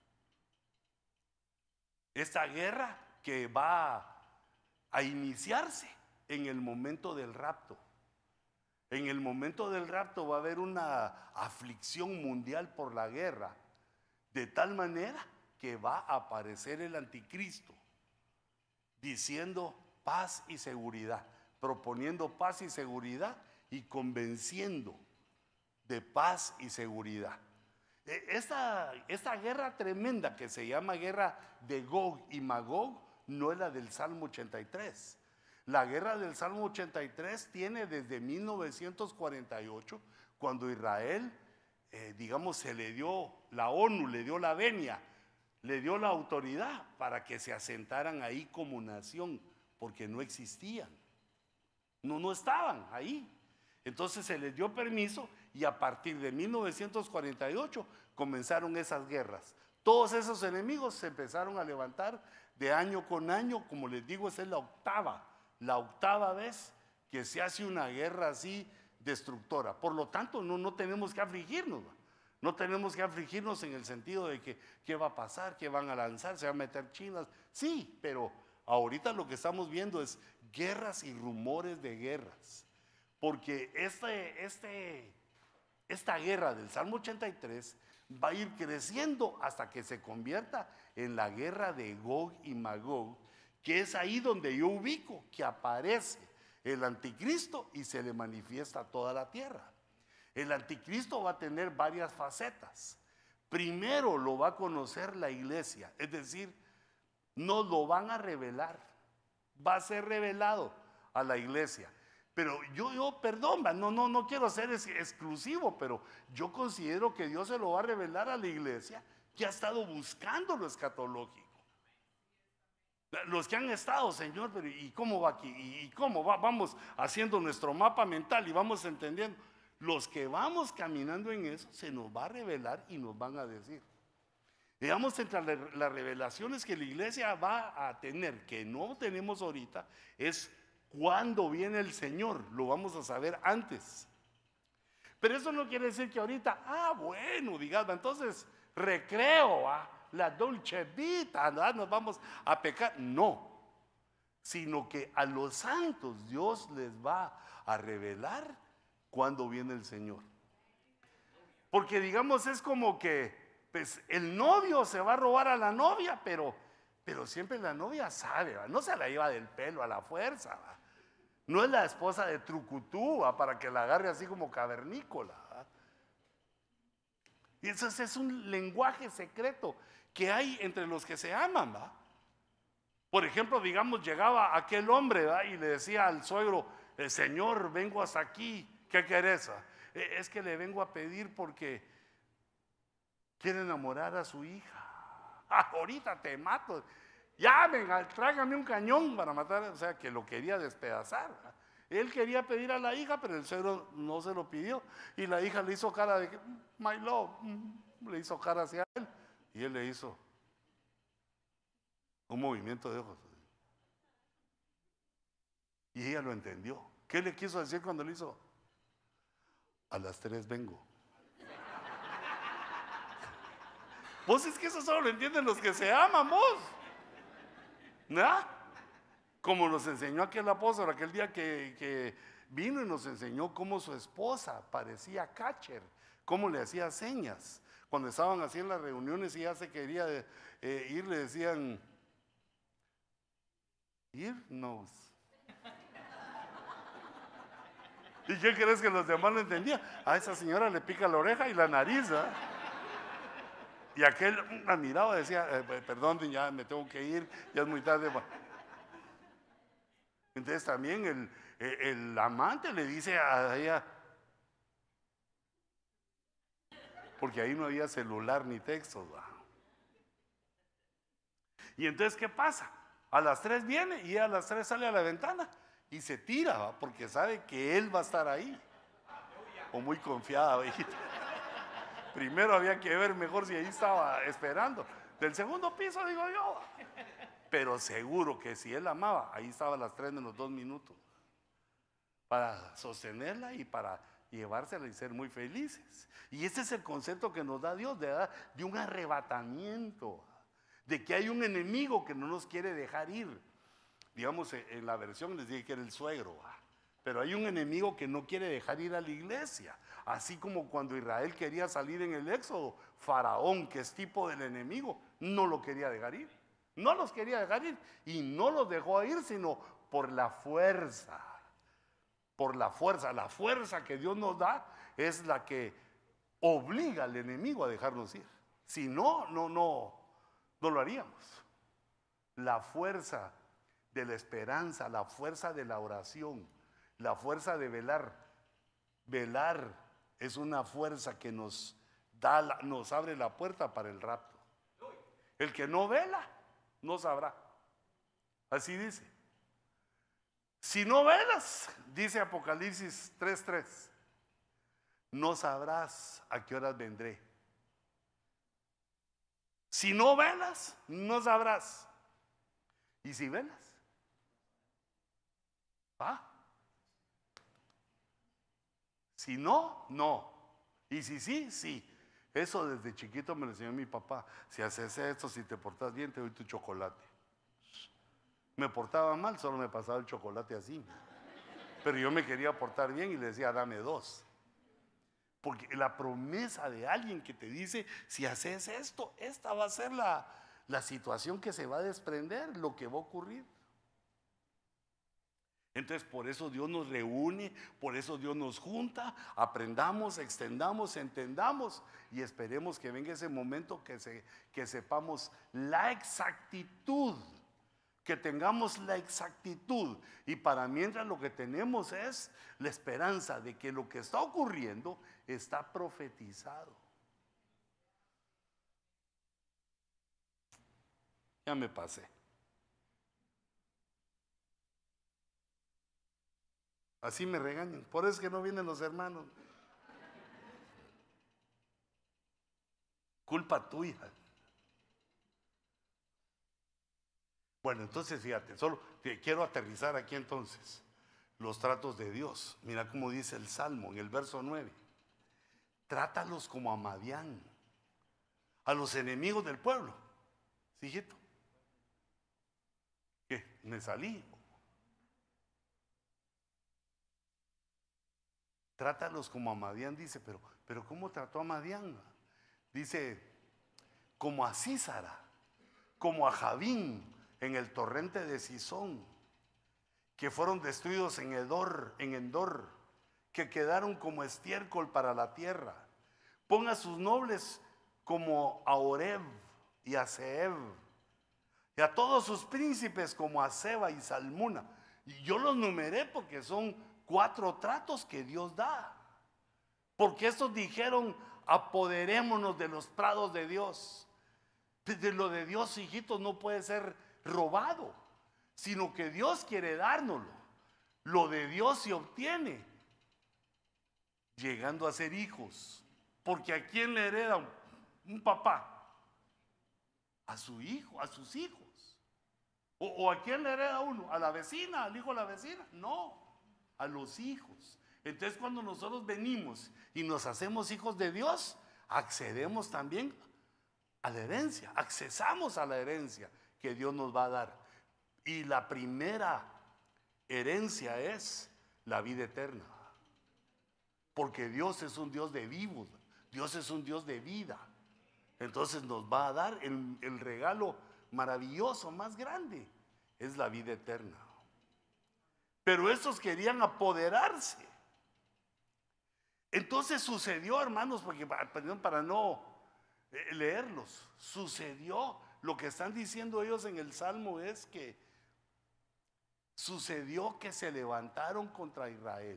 Esta guerra que va a iniciarse en el momento del rapto. En el momento del rapto va a haber una aflicción mundial por la guerra, de tal manera que va a aparecer el anticristo diciendo paz y seguridad. proponiendo paz y seguridad y convenciendo de paz y seguridad. Esta guerra tremenda que se llama guerra de Gog y Magog no es la del Salmo 83. La guerra del Salmo 83 tiene desde 1948, cuando Israel, digamos, se le dio, la ONU le dio la venia, le dio la autoridad para que se asentaran ahí como nación, porque no existían, no estaban ahí. Entonces se les dio permiso y a partir de 1948 comenzaron esas guerras. Todos esos enemigos se empezaron a levantar de año con año. Como les digo, esa es la octava vez que se hace una guerra así destructora. Por lo tanto, no tenemos que afligirnos. No tenemos que afligirnos en el sentido de que ¿qué va a pasar? ¿Qué van a lanzar? ¿Se van a meter chinas? Sí, pero ahorita lo que estamos viendo es guerras y rumores de guerras. Porque esta guerra del Salmo 83 va a ir creciendo hasta que se convierta en la guerra de Gog y Magog, que es ahí donde yo ubico que aparece el anticristo y se le manifiesta a toda la tierra. El anticristo va a tener varias facetas. Primero lo va a conocer la iglesia, es decir, nos lo van a revelar, va a ser revelado a la iglesia. Pero perdón, no quiero ser exclusivo, pero yo considero que Dios se lo va a revelar a la iglesia que ha estado buscando lo escatológico. Los que han estado, Señor, pero ¿y cómo va aquí? ¿Y cómo va? Vamos haciendo nuestro mapa mental y vamos entendiendo. Los que vamos caminando en eso, se nos va a revelar y nos van a decir. Digamos, entre las revelaciones que la iglesia va a tener, que no tenemos ahorita, es cuándo viene el Señor. Lo vamos a saber antes. Pero eso no quiere decir que ahorita, bueno, digamos, entonces recreo, la dolce vita, nos vamos a pecar. No, sino que a los santos Dios les va a revelar cuándo viene el Señor. Porque digamos, es como que pues, el novio se va a robar a la novia, pero siempre la novia sabe, no se la lleva del pelo a la fuerza, ¿va? No es la esposa de trucutú, ¿va? Para que la agarre así como cavernícola, ¿va? Y eso es un lenguaje secreto que hay entre los que se aman, ¿va? Por ejemplo, digamos, llegaba aquel hombre, ¿va? Y le decía al suegro, Señor, vengo hasta aquí, ¿qué querés? Es que le vengo a pedir porque quiere enamorar a su hija. Ahorita te mato. Llamen, tráigame un cañón para matar. O sea, que lo quería despedazar, ¿va? Él quería pedir a la hija, pero el suegro no se lo pidió. Y la hija le hizo cara de que, my love, le hizo cara hacia él. Y él le hizo un movimiento de ojos. Y ella lo entendió. ¿Qué le quiso decir cuando le hizo? A las 3 vengo. Vos es que eso solo lo entienden los que se aman, vos. ¿No? Como nos enseñó aquel apóstol aquel día que vino y nos enseñó cómo su esposa parecía catcher, cómo le hacía señas. Cuando estaban así en las reuniones y ya se quería ir, le decían, ir knows. ¿Y qué crees que los demás no entendían? A esa señora le pica la oreja y la nariz, ¿eh? Y aquel la miraba y decía, perdón, ya me tengo que ir, ya es muy tarde. Entonces también el amante le dice a ella, porque ahí no había celular ni textos, ¿va? Y entonces, ¿qué pasa? A las 3 viene y a las 3 sale a la ventana y se tira, ¿va? Porque sabe que él va a estar ahí. O muy confiada, ¿va? Primero había que ver mejor si ahí estaba esperando. Del segundo piso, digo yo. Pero seguro que si él amaba, ahí estaba a las 3 menos 2 minutos. Para sostenerla y para llevársela y ser muy felices. Y ese es el concepto que nos da Dios, de un arrebatamiento. De que hay un enemigo que no nos quiere dejar ir. Digamos, en la versión les dije que era el suegro. Pero hay un enemigo que no quiere dejar ir a la iglesia. Así como cuando Israel quería salir en el Éxodo, Faraón, que es tipo del enemigo, no lo quería dejar ir. No los quería dejar ir. Y no los dejó ir, sino por la fuerza. por la fuerza que Dios nos da es la que obliga al enemigo a dejarnos ir. Si no, no lo haríamos. La fuerza de la esperanza, la fuerza de la oración, la fuerza de velar. Velar es una fuerza que nos abre la puerta para el rapto. El que no vela, no sabrá. Así dice. Si no velas, dice Apocalipsis 3:3, no sabrás a qué horas vendré. Si no velas, no sabrás. ¿Y si velas? Si no, no. Y si sí, sí. Eso desde chiquito me lo enseñó mi papá. Si haces esto, si te portas bien, te doy tu chocolate. Me portaba mal, solo me pasaba el chocolate así. Pero yo me quería portar bien y le decía, dame 2. Porque la promesa de alguien que te dice, si haces esto, esta va a ser la situación que se va a desprender, lo que va a ocurrir. Entonces por eso Dios nos reúne, por eso Dios nos junta, aprendamos, extendamos, entendamos y esperemos que venga ese momento que sepamos la exactitud, que tengamos la exactitud. Y para mientras lo que tenemos es la esperanza de que lo que está ocurriendo está profetizado. Ya me pasé. Así me regañan. Por eso es que no vienen los hermanos. Culpa tuya. Bueno, entonces fíjate, solo te quiero aterrizar aquí entonces. Los tratos de Dios. Mira cómo dice el Salmo en el verso 9. Trátalos como a Madián, a los enemigos del pueblo. ¿Sí, hijito? ¿Qué? Me salí. Trátalos como a Madián, dice, pero ¿cómo trató a Madián? Dice, como a Císara, como a Javín en el torrente de Sisón, que fueron destruidos en Endor, que quedaron como estiércol para la tierra. Ponga a sus nobles como a Oreb y a Zeeb, y a todos sus príncipes como a Seba y Salmuna. Y yo los numeré porque son 4 tratos que Dios da. Porque estos dijeron, apoderémonos de los prados de Dios. De lo de Dios, hijitos, no puede ser robado, sino que Dios quiere dárnoslo. Lo de Dios se obtiene llegando a ser hijos. Porque ¿a quién le hereda un papá? A su hijo, a sus hijos. ¿O a quién le hereda uno? ¿A la vecina? ¿Al hijo de la vecina? No, a los hijos. Entonces cuando nosotros venimos y nos hacemos hijos de Dios, accedemos también a la herencia, accesamos a la herencia que Dios nos va a dar. Y la primera herencia es la vida eterna. Porque Dios es un Dios de vivos, Dios es un Dios de vida. Entonces nos va a dar el regalo maravilloso, más grande, es la vida eterna. Pero estos querían apoderarse. Entonces sucedió, hermanos, porque perdón, para no leerlos, sucedió lo que están diciendo ellos en el Salmo, es que sucedió que se levantaron contra Israel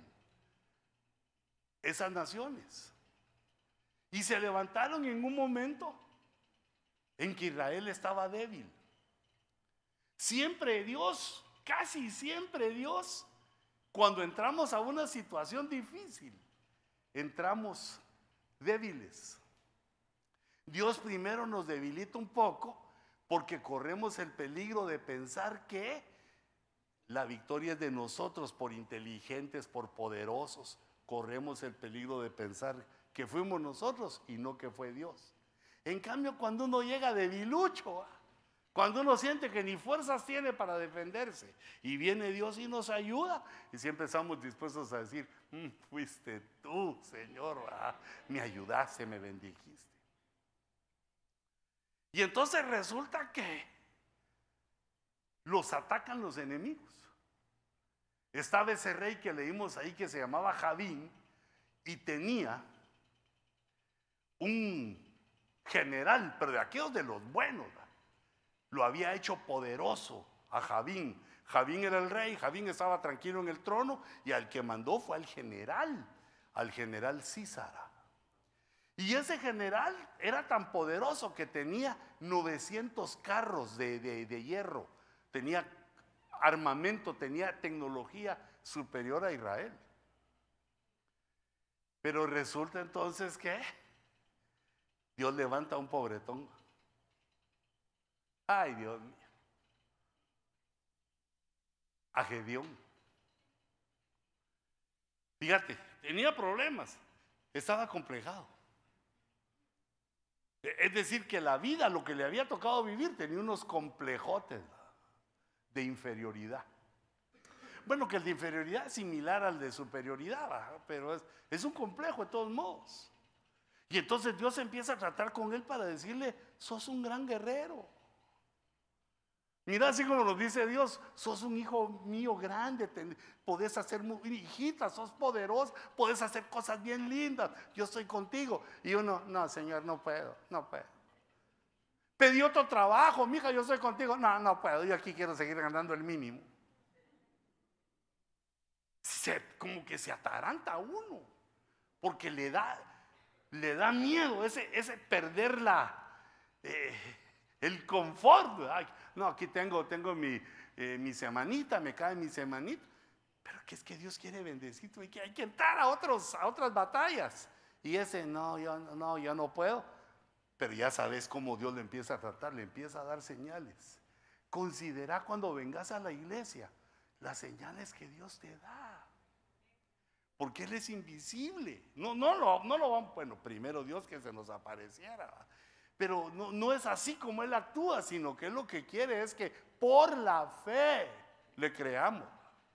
esas naciones, y se levantaron en un momento en que Israel estaba débil. Siempre Dios, casi siempre Dios, cuando entramos a una situación difícil, entramos débiles. Dios primero nos debilita un poco porque corremos el peligro de pensar que la victoria es de nosotros por inteligentes, por poderosos. Corremos el peligro de pensar que fuimos nosotros y no que fue Dios. En cambio, cuando uno llega debilucho, cuando uno siente que ni fuerzas tiene para defenderse y viene Dios y nos ayuda, y siempre estamos dispuestos a decir, fuiste tú, Señor, me ayudaste, me bendijiste. Y entonces resulta que los atacan los enemigos. Estaba ese rey que leímos ahí que se llamaba Jabín y tenía un general, pero de aquellos de los buenos, ¿verdad? Lo había hecho poderoso a Jabín. Jabín era el rey, Jabín estaba tranquilo en el trono y al que mandó fue al general Císara. Y ese general era tan poderoso que tenía 900 carros de hierro, tenía armamento, tenía tecnología superior a Israel. Pero resulta entonces que Dios levanta a un pobretón. Ay, Dios mío. A Gedeón. Fíjate, tenía problemas, estaba complejado. Es decir, que la vida, lo que le había tocado vivir, tenía unos complejotes de inferioridad. Bueno, que el de inferioridad es similar al de superioridad, ¿verdad? Pero es un complejo de todos modos. Y entonces Dios empieza a tratar con él para decirle, sos un gran guerrero. Mira, así como nos dice Dios, sos un hijo mío grande, podés hacer, hijita, sos poderoso, podés hacer cosas bien lindas, yo estoy contigo. Y uno, no, Señor, no puedo. Pedí otro trabajo, mija, yo estoy contigo. No, no puedo, yo aquí quiero seguir ganando el mínimo. Como que se ataranta a uno, porque le da miedo ese perder el confort. Ay, no, aquí tengo mi semanita, me cae mi semanita. Pero que es que Dios quiere bendecir, hay que entrar a otras batallas. Y ese, no, yo no puedo. Pero ya sabes cómo Dios le empieza a tratar, le empieza a dar señales. Considera cuando vengas a la iglesia las señales que Dios te da. Porque Él es invisible. No lo van, bueno, primero Dios que se nos apareciera. Pero no es así como Él actúa, sino que Él lo que quiere es que por la fe le creamos.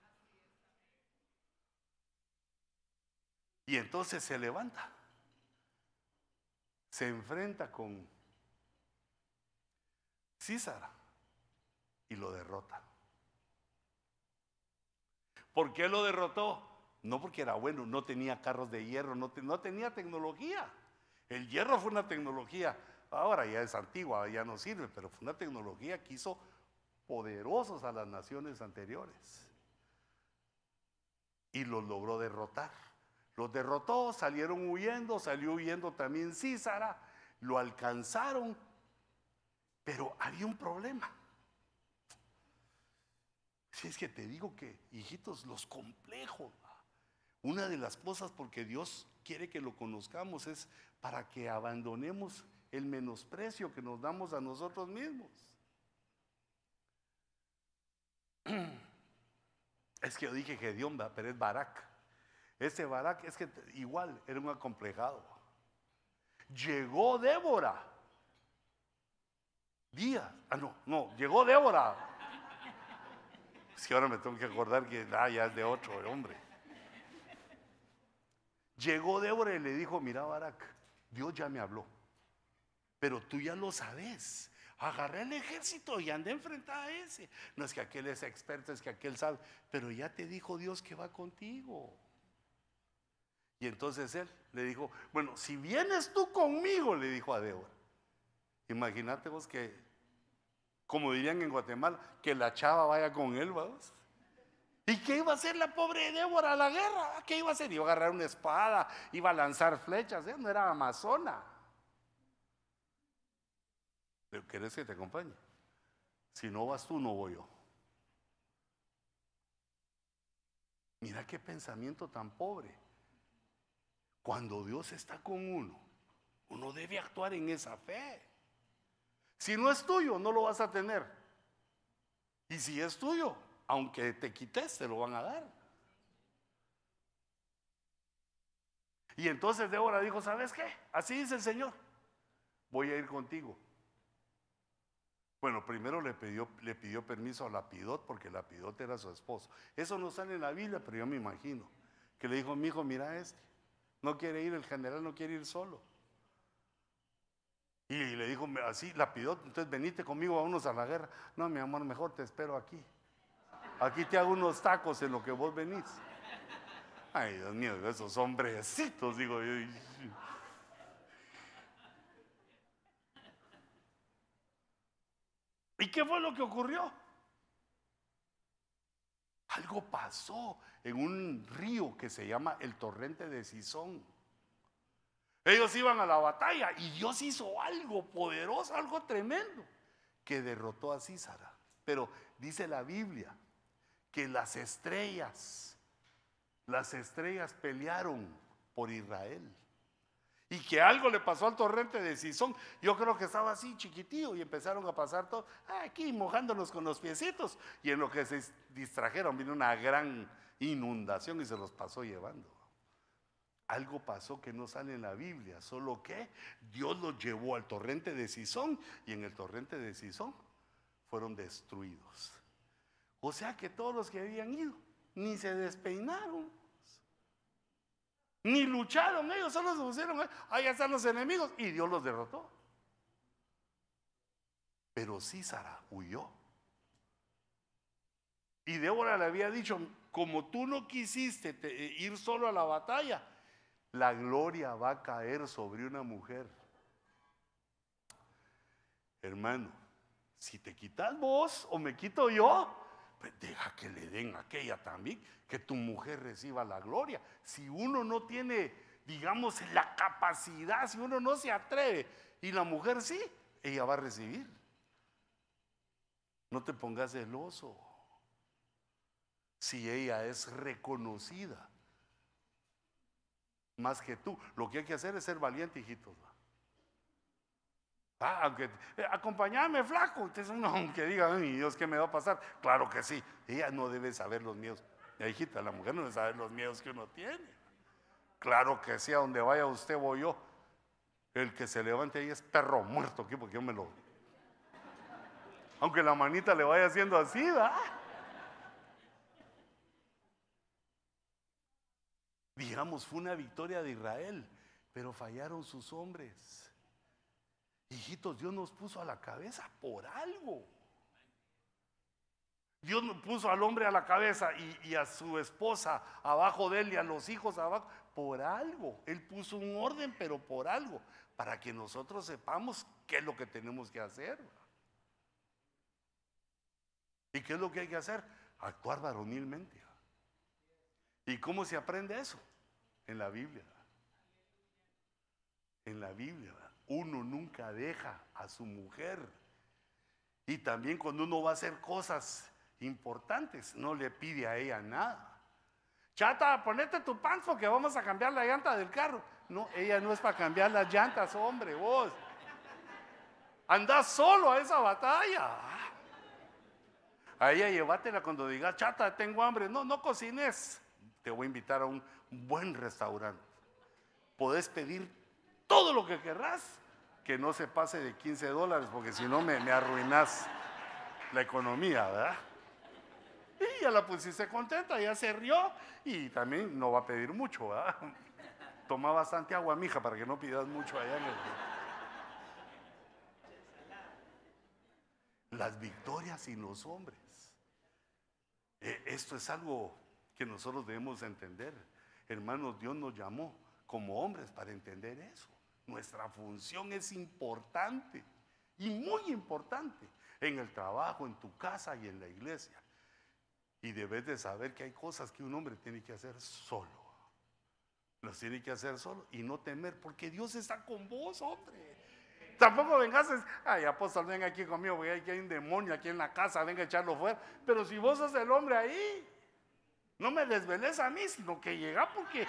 Y entonces se levanta, se enfrenta con Císara y lo derrota. ¿Por qué lo derrotó? No porque era bueno, no tenía carros de hierro, no tenía tecnología. El hierro fue una tecnología, ahora ya es antigua, ya no sirve, pero fue una tecnología que hizo poderosos a las naciones anteriores. Y los logró derrotar. Los derrotó, salieron huyendo, salió huyendo también Císara, lo alcanzaron, pero había un problema. Si es que te digo que, hijitos, los complejos, una de las cosas porque Dios quiere que lo conozcamos es para que abandonemos el menosprecio que nos damos a nosotros mismos. Es que yo dije Gedeón, pero es Barak. Ese Barak es que igual era un acomplejado. Llegó Débora. Llegó Débora. Es que ahora me tengo que acordar que ya es de otro hombre. Llegó Débora y le dijo, mira Barak, Dios ya me habló, pero tú ya lo sabes. Agarré el ejército y andé enfrentada a ese. No es que aquel es experto, es que aquel sabe, pero ya te dijo Dios que va contigo. Y entonces él le dijo, bueno, si vienes tú conmigo, le dijo a Débora. Imagínate vos que, como dirían en Guatemala, que la chava vaya con él, vamos. ¿Y qué iba a hacer la pobre Débora a la guerra? ¿Qué iba a hacer? Iba a agarrar una espada, iba a lanzar flechas, no era amazona. ¿Pero querés que te acompañe? Si no vas tú, no voy yo. Mira qué pensamiento tan pobre. Cuando Dios está con uno debe actuar en esa fe. Si no es tuyo, no lo vas a tener. Y si es tuyo, aunque te quites, te lo van a dar. Y entonces Débora dijo, ¿sabes qué? Así dice el Señor, voy a ir contigo. Bueno, primero le pidió permiso a Lapidot, porque Lapidot era su esposo. Eso no sale en la Biblia, pero yo me imagino que le dijo, mi hijo, mira no quiere ir, el general no quiere ir solo. Y le dijo así, Lapidot, entonces venite conmigo, vámonos a la guerra. No, mi amor, mejor te espero aquí. Aquí te hago unos tacos en lo que vos venís. Ay, Dios mío, esos hombrecitos, digo yo. ¿Y qué fue lo que ocurrió? Algo pasó en un río que se llama el torrente de Cisón. Ellos iban a la batalla y Dios hizo algo poderoso, algo tremendo, que derrotó a Císara. Pero dice la Biblia que las estrellas pelearon por Israel. Y que algo le pasó al torrente de Cisón. Yo creo que estaba así chiquitillo y empezaron a pasar todos aquí mojándonos con los piecitos. Y en lo que se distrajeron vino una gran inundación y se los pasó llevando. Algo pasó que no sale en la Biblia, solo que Dios los llevó al torrente de Cisón y en el torrente de Cisón fueron destruidos. O sea que todos los que habían ido ni se despeinaron, ni lucharon, ellos solo se pusieron, allá están los enemigos y Dios los derrotó. Pero Císara huyó. Y Débora le había dicho, como tú no quisiste ir solo a la batalla, la gloria va a caer sobre una mujer. Hermano, si te quitas vos o me quito yo, pues deja que le den a aquella también, que tu mujer reciba la gloria. Si uno no tiene, digamos, la capacidad, si uno no se atreve y la mujer sí, ella va a recibir. No te pongas celoso. Si ella es reconocida más que tú, lo que hay que hacer es ser valiente, hijitos. Aunque acompáñame, flaco. Entonces uno, aunque diga, ay Dios, ¿qué me va a pasar? Claro que sí. Ella no debe saber los miedos. La hijita, la mujer no debe saber los miedos que uno tiene. Claro que sí, a donde vaya usted voy yo. El que se levante ahí es perro muerto aquí, porque yo me lo. Aunque la manita le vaya haciendo así, ¿verdad? Digamos, fue una victoria de Israel, pero fallaron sus hombres. Hijitos, Dios nos puso a la cabeza por algo. Dios nos puso al hombre a la cabeza y a su esposa abajo de él y a los hijos abajo por algo. Él puso un orden, pero por algo, para que nosotros sepamos qué es lo que tenemos que hacer. ¿Y qué es lo que hay que hacer? Actuar varonilmente. ¿Y cómo se aprende eso? En la Biblia. En la Biblia. Uno nunca deja a su mujer. Y también cuando uno va a hacer cosas importantes, no le pide a ella nada. Chata, ponete tu pants porque vamos a cambiar la llanta del carro. No, ella no es para cambiar las llantas, hombre, vos. Andás solo a esa batalla. A ella llévatela cuando digas, chata, tengo hambre. No, no cocines. Te voy a invitar a un buen restaurante. Podés pedir todo lo que querrás, que no se pase de $15, porque si no me arruinás la economía, ¿verdad? Y ya la pusiste contenta, ya se rió y también no va a pedir mucho, ¿verdad? Toma bastante agua, mija, para que no pidas mucho allá en el... Las victorias sin los hombres. Esto es algo que nosotros debemos entender. Hermanos, Dios nos llamó como hombres para entender eso. Nuestra función es importante y muy importante en el trabajo, en tu casa y en la iglesia. Y debes de saber que hay cosas que un hombre tiene que hacer solo. Las tiene que hacer solo y no temer, porque Dios está con vos, hombre. Tampoco vengas, ay apóstol, venga aquí conmigo, porque aquí hay un demonio aquí en la casa, venga a echarlo fuera. Pero si vos sos el hombre ahí, no me desveles a mí, sino que llega porque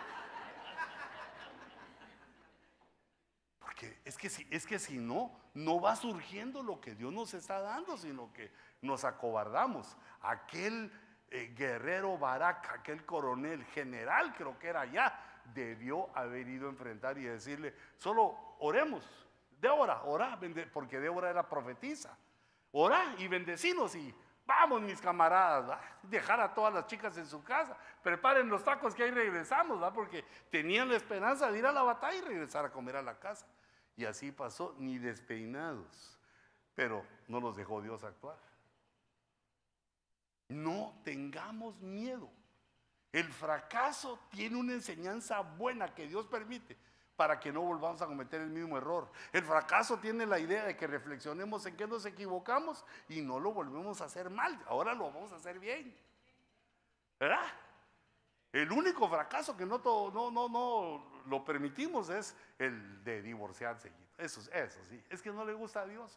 es que si no, no va surgiendo lo que Dios nos está dando, sino que nos acobardamos. Aquel guerrero Barak, aquel coronel general, creo que era ya, debió haber ido a enfrentar y decirle, solo oremos. Débora, orá, porque Débora era profetisa. Orá y bendecinos y vamos mis camaradas, ¿va? Dejar a todas las chicas en su casa, preparen los tacos que ahí regresamos, ¿va? Porque tenían la esperanza de ir a la batalla y regresar a comer a la casa. Y así pasó, ni despeinados, pero no los dejó Dios actuar. No tengamos miedo. El fracaso tiene una enseñanza buena que Dios permite para que no volvamos a cometer el mismo error. El fracaso tiene la idea de que reflexionemos en qué nos equivocamos y no lo volvemos a hacer mal. Ahora lo vamos a hacer bien, ¿verdad? El único fracaso que no lo permitimos es el de divorciarse. Eso sí, es que no le gusta a Dios.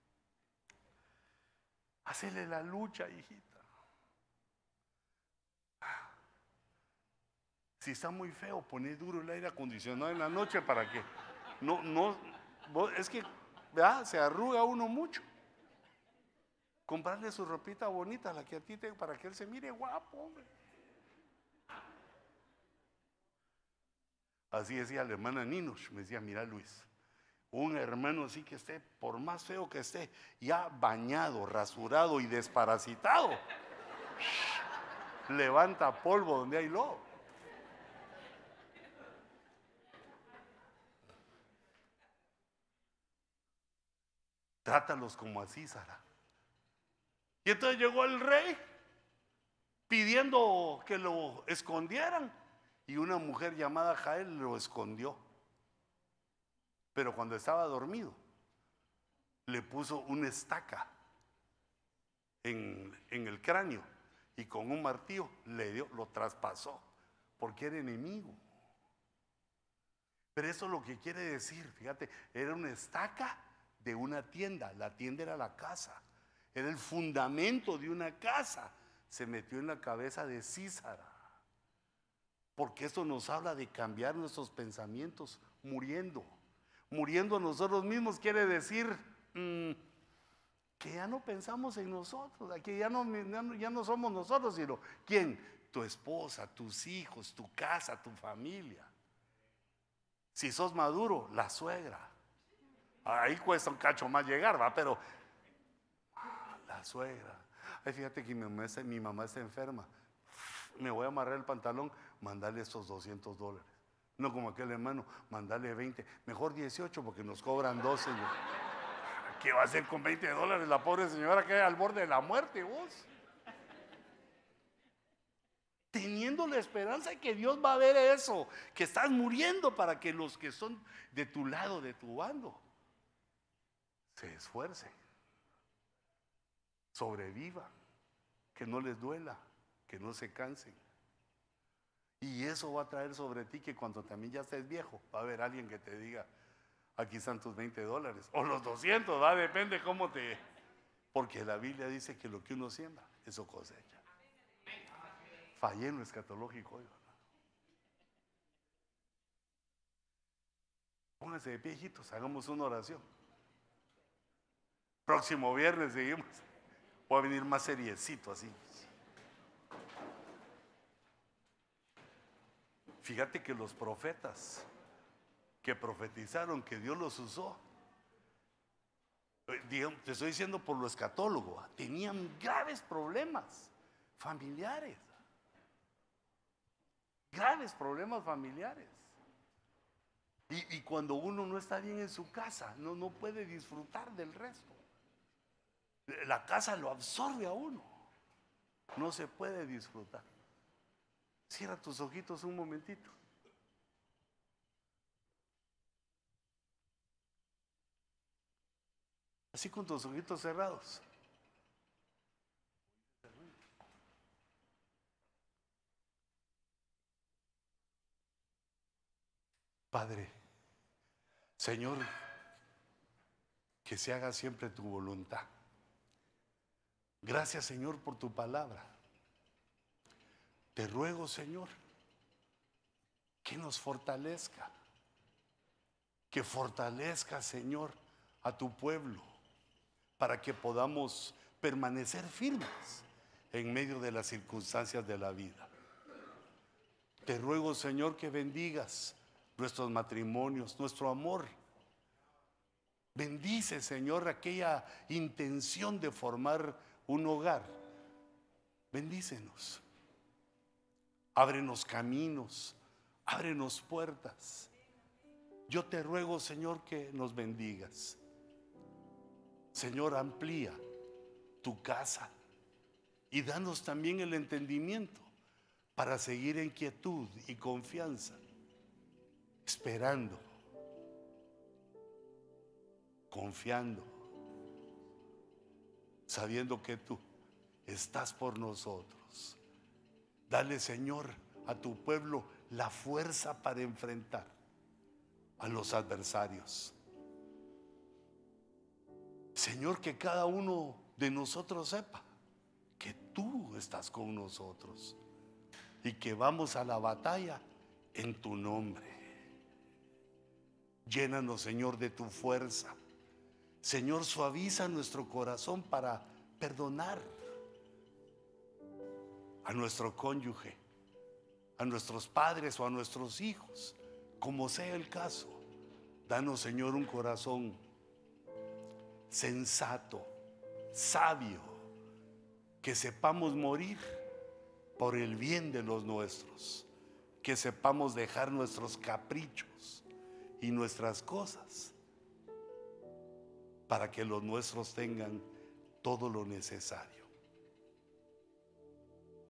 Hacele la lucha, hijita. Si está muy feo, poné duro el aire acondicionado en la noche para que es que, ¿verdad? Se arruga uno mucho. Comprarle su ropita bonita, la que a ti para que él se mire guapo, hombre. Así decía la hermana Ninos, me decía, mira Luis, un hermano así que esté, por más feo que esté, ya bañado, rasurado y desparasitado, levanta polvo donde hay lodo. Trátalos como así, Sara. Y entonces llegó el rey pidiendo que lo escondieran. Y una mujer llamada Jael lo escondió. Pero cuando estaba dormido, le puso una estaca en el cráneo y con un martillo lo traspasó, porque era enemigo. Pero eso lo que quiere decir, fíjate, era una estaca de una tienda. La tienda era la casa, era el fundamento de una casa. Se metió en la cabeza de Císara, porque esto nos habla de cambiar nuestros pensamientos muriendo a nosotros mismos. Quiere decir que ya no pensamos en nosotros, que ya no somos nosotros, sino ¿quién? Tu esposa, tus hijos, tu casa, tu familia. Si sos maduro, la suegra. Ahí cuesta un cacho más llegar, ¿va? Pero la suegra. Ay, fíjate que mi mamá está enferma. Me voy a amarrar el pantalón, mandarle estos $200. No como aquel hermano, mandarle 20, mejor 18 porque nos cobran 12. ¿Qué va a hacer con $20 la pobre señora que hay al borde de la muerte, vos? Teniendo la esperanza de que Dios va a ver eso, que estás muriendo para que los que son de tu lado, de tu bando, se esfuercen, sobrevivan, que no les duela, que no se cansen. Y eso va a traer sobre ti que cuando también ya estés viejo, va a haber alguien que te diga, aquí están tus $20 o los 200, ¿va? Depende cómo te... Porque la Biblia dice que lo que uno siembra, eso cosecha. Fallé en lo escatológico hoy. Pónganse de pie, hijitos, hagamos una oración. Próximo viernes seguimos. Voy a venir más seriecito así. Fíjate que los profetas que profetizaron que Dios los usó, te estoy diciendo por lo escatólogo, tenían graves problemas familiares. Graves problemas familiares. Y cuando uno no está bien en su casa, no puede disfrutar del resto. La casa lo absorbe a uno. No se puede disfrutar. Cierra tus ojitos un momentito. Así con tus ojitos cerrados. Padre, Señor, que se haga siempre tu voluntad. Gracias, Señor, por tu palabra. Te ruego, Señor, que nos fortalezca. Que fortalezca, Señor, a tu pueblo para que podamos permanecer firmes en medio de las circunstancias de la vida. Te ruego, Señor, que bendigas nuestros matrimonios, nuestro amor. Bendice, Señor, aquella intención de formar un hogar. Bendícenos. Ábrenos caminos, ábrenos puertas. Yo te ruego, Señor, que nos bendigas. Señor, amplía tu casa, Y danos también el entendimiento para seguir en quietud y confianza, esperando, confiando, sabiendo que tú estás por nosotros. Dale, Señor, a tu pueblo la fuerza para enfrentar a los adversarios. Señor, que cada uno de nosotros sepa que tú estás con nosotros y que vamos a la batalla en tu nombre. Llénanos, Señor, de tu fuerza. Señor, suaviza nuestro corazón para perdonar a nuestro cónyuge, a nuestros padres o a nuestros hijos, como sea el caso. Danos, Señor, un corazón sensato, sabio, que sepamos morir por el bien de los nuestros, que sepamos dejar nuestros caprichos y nuestras cosas para que los nuestros tengan todo lo necesario.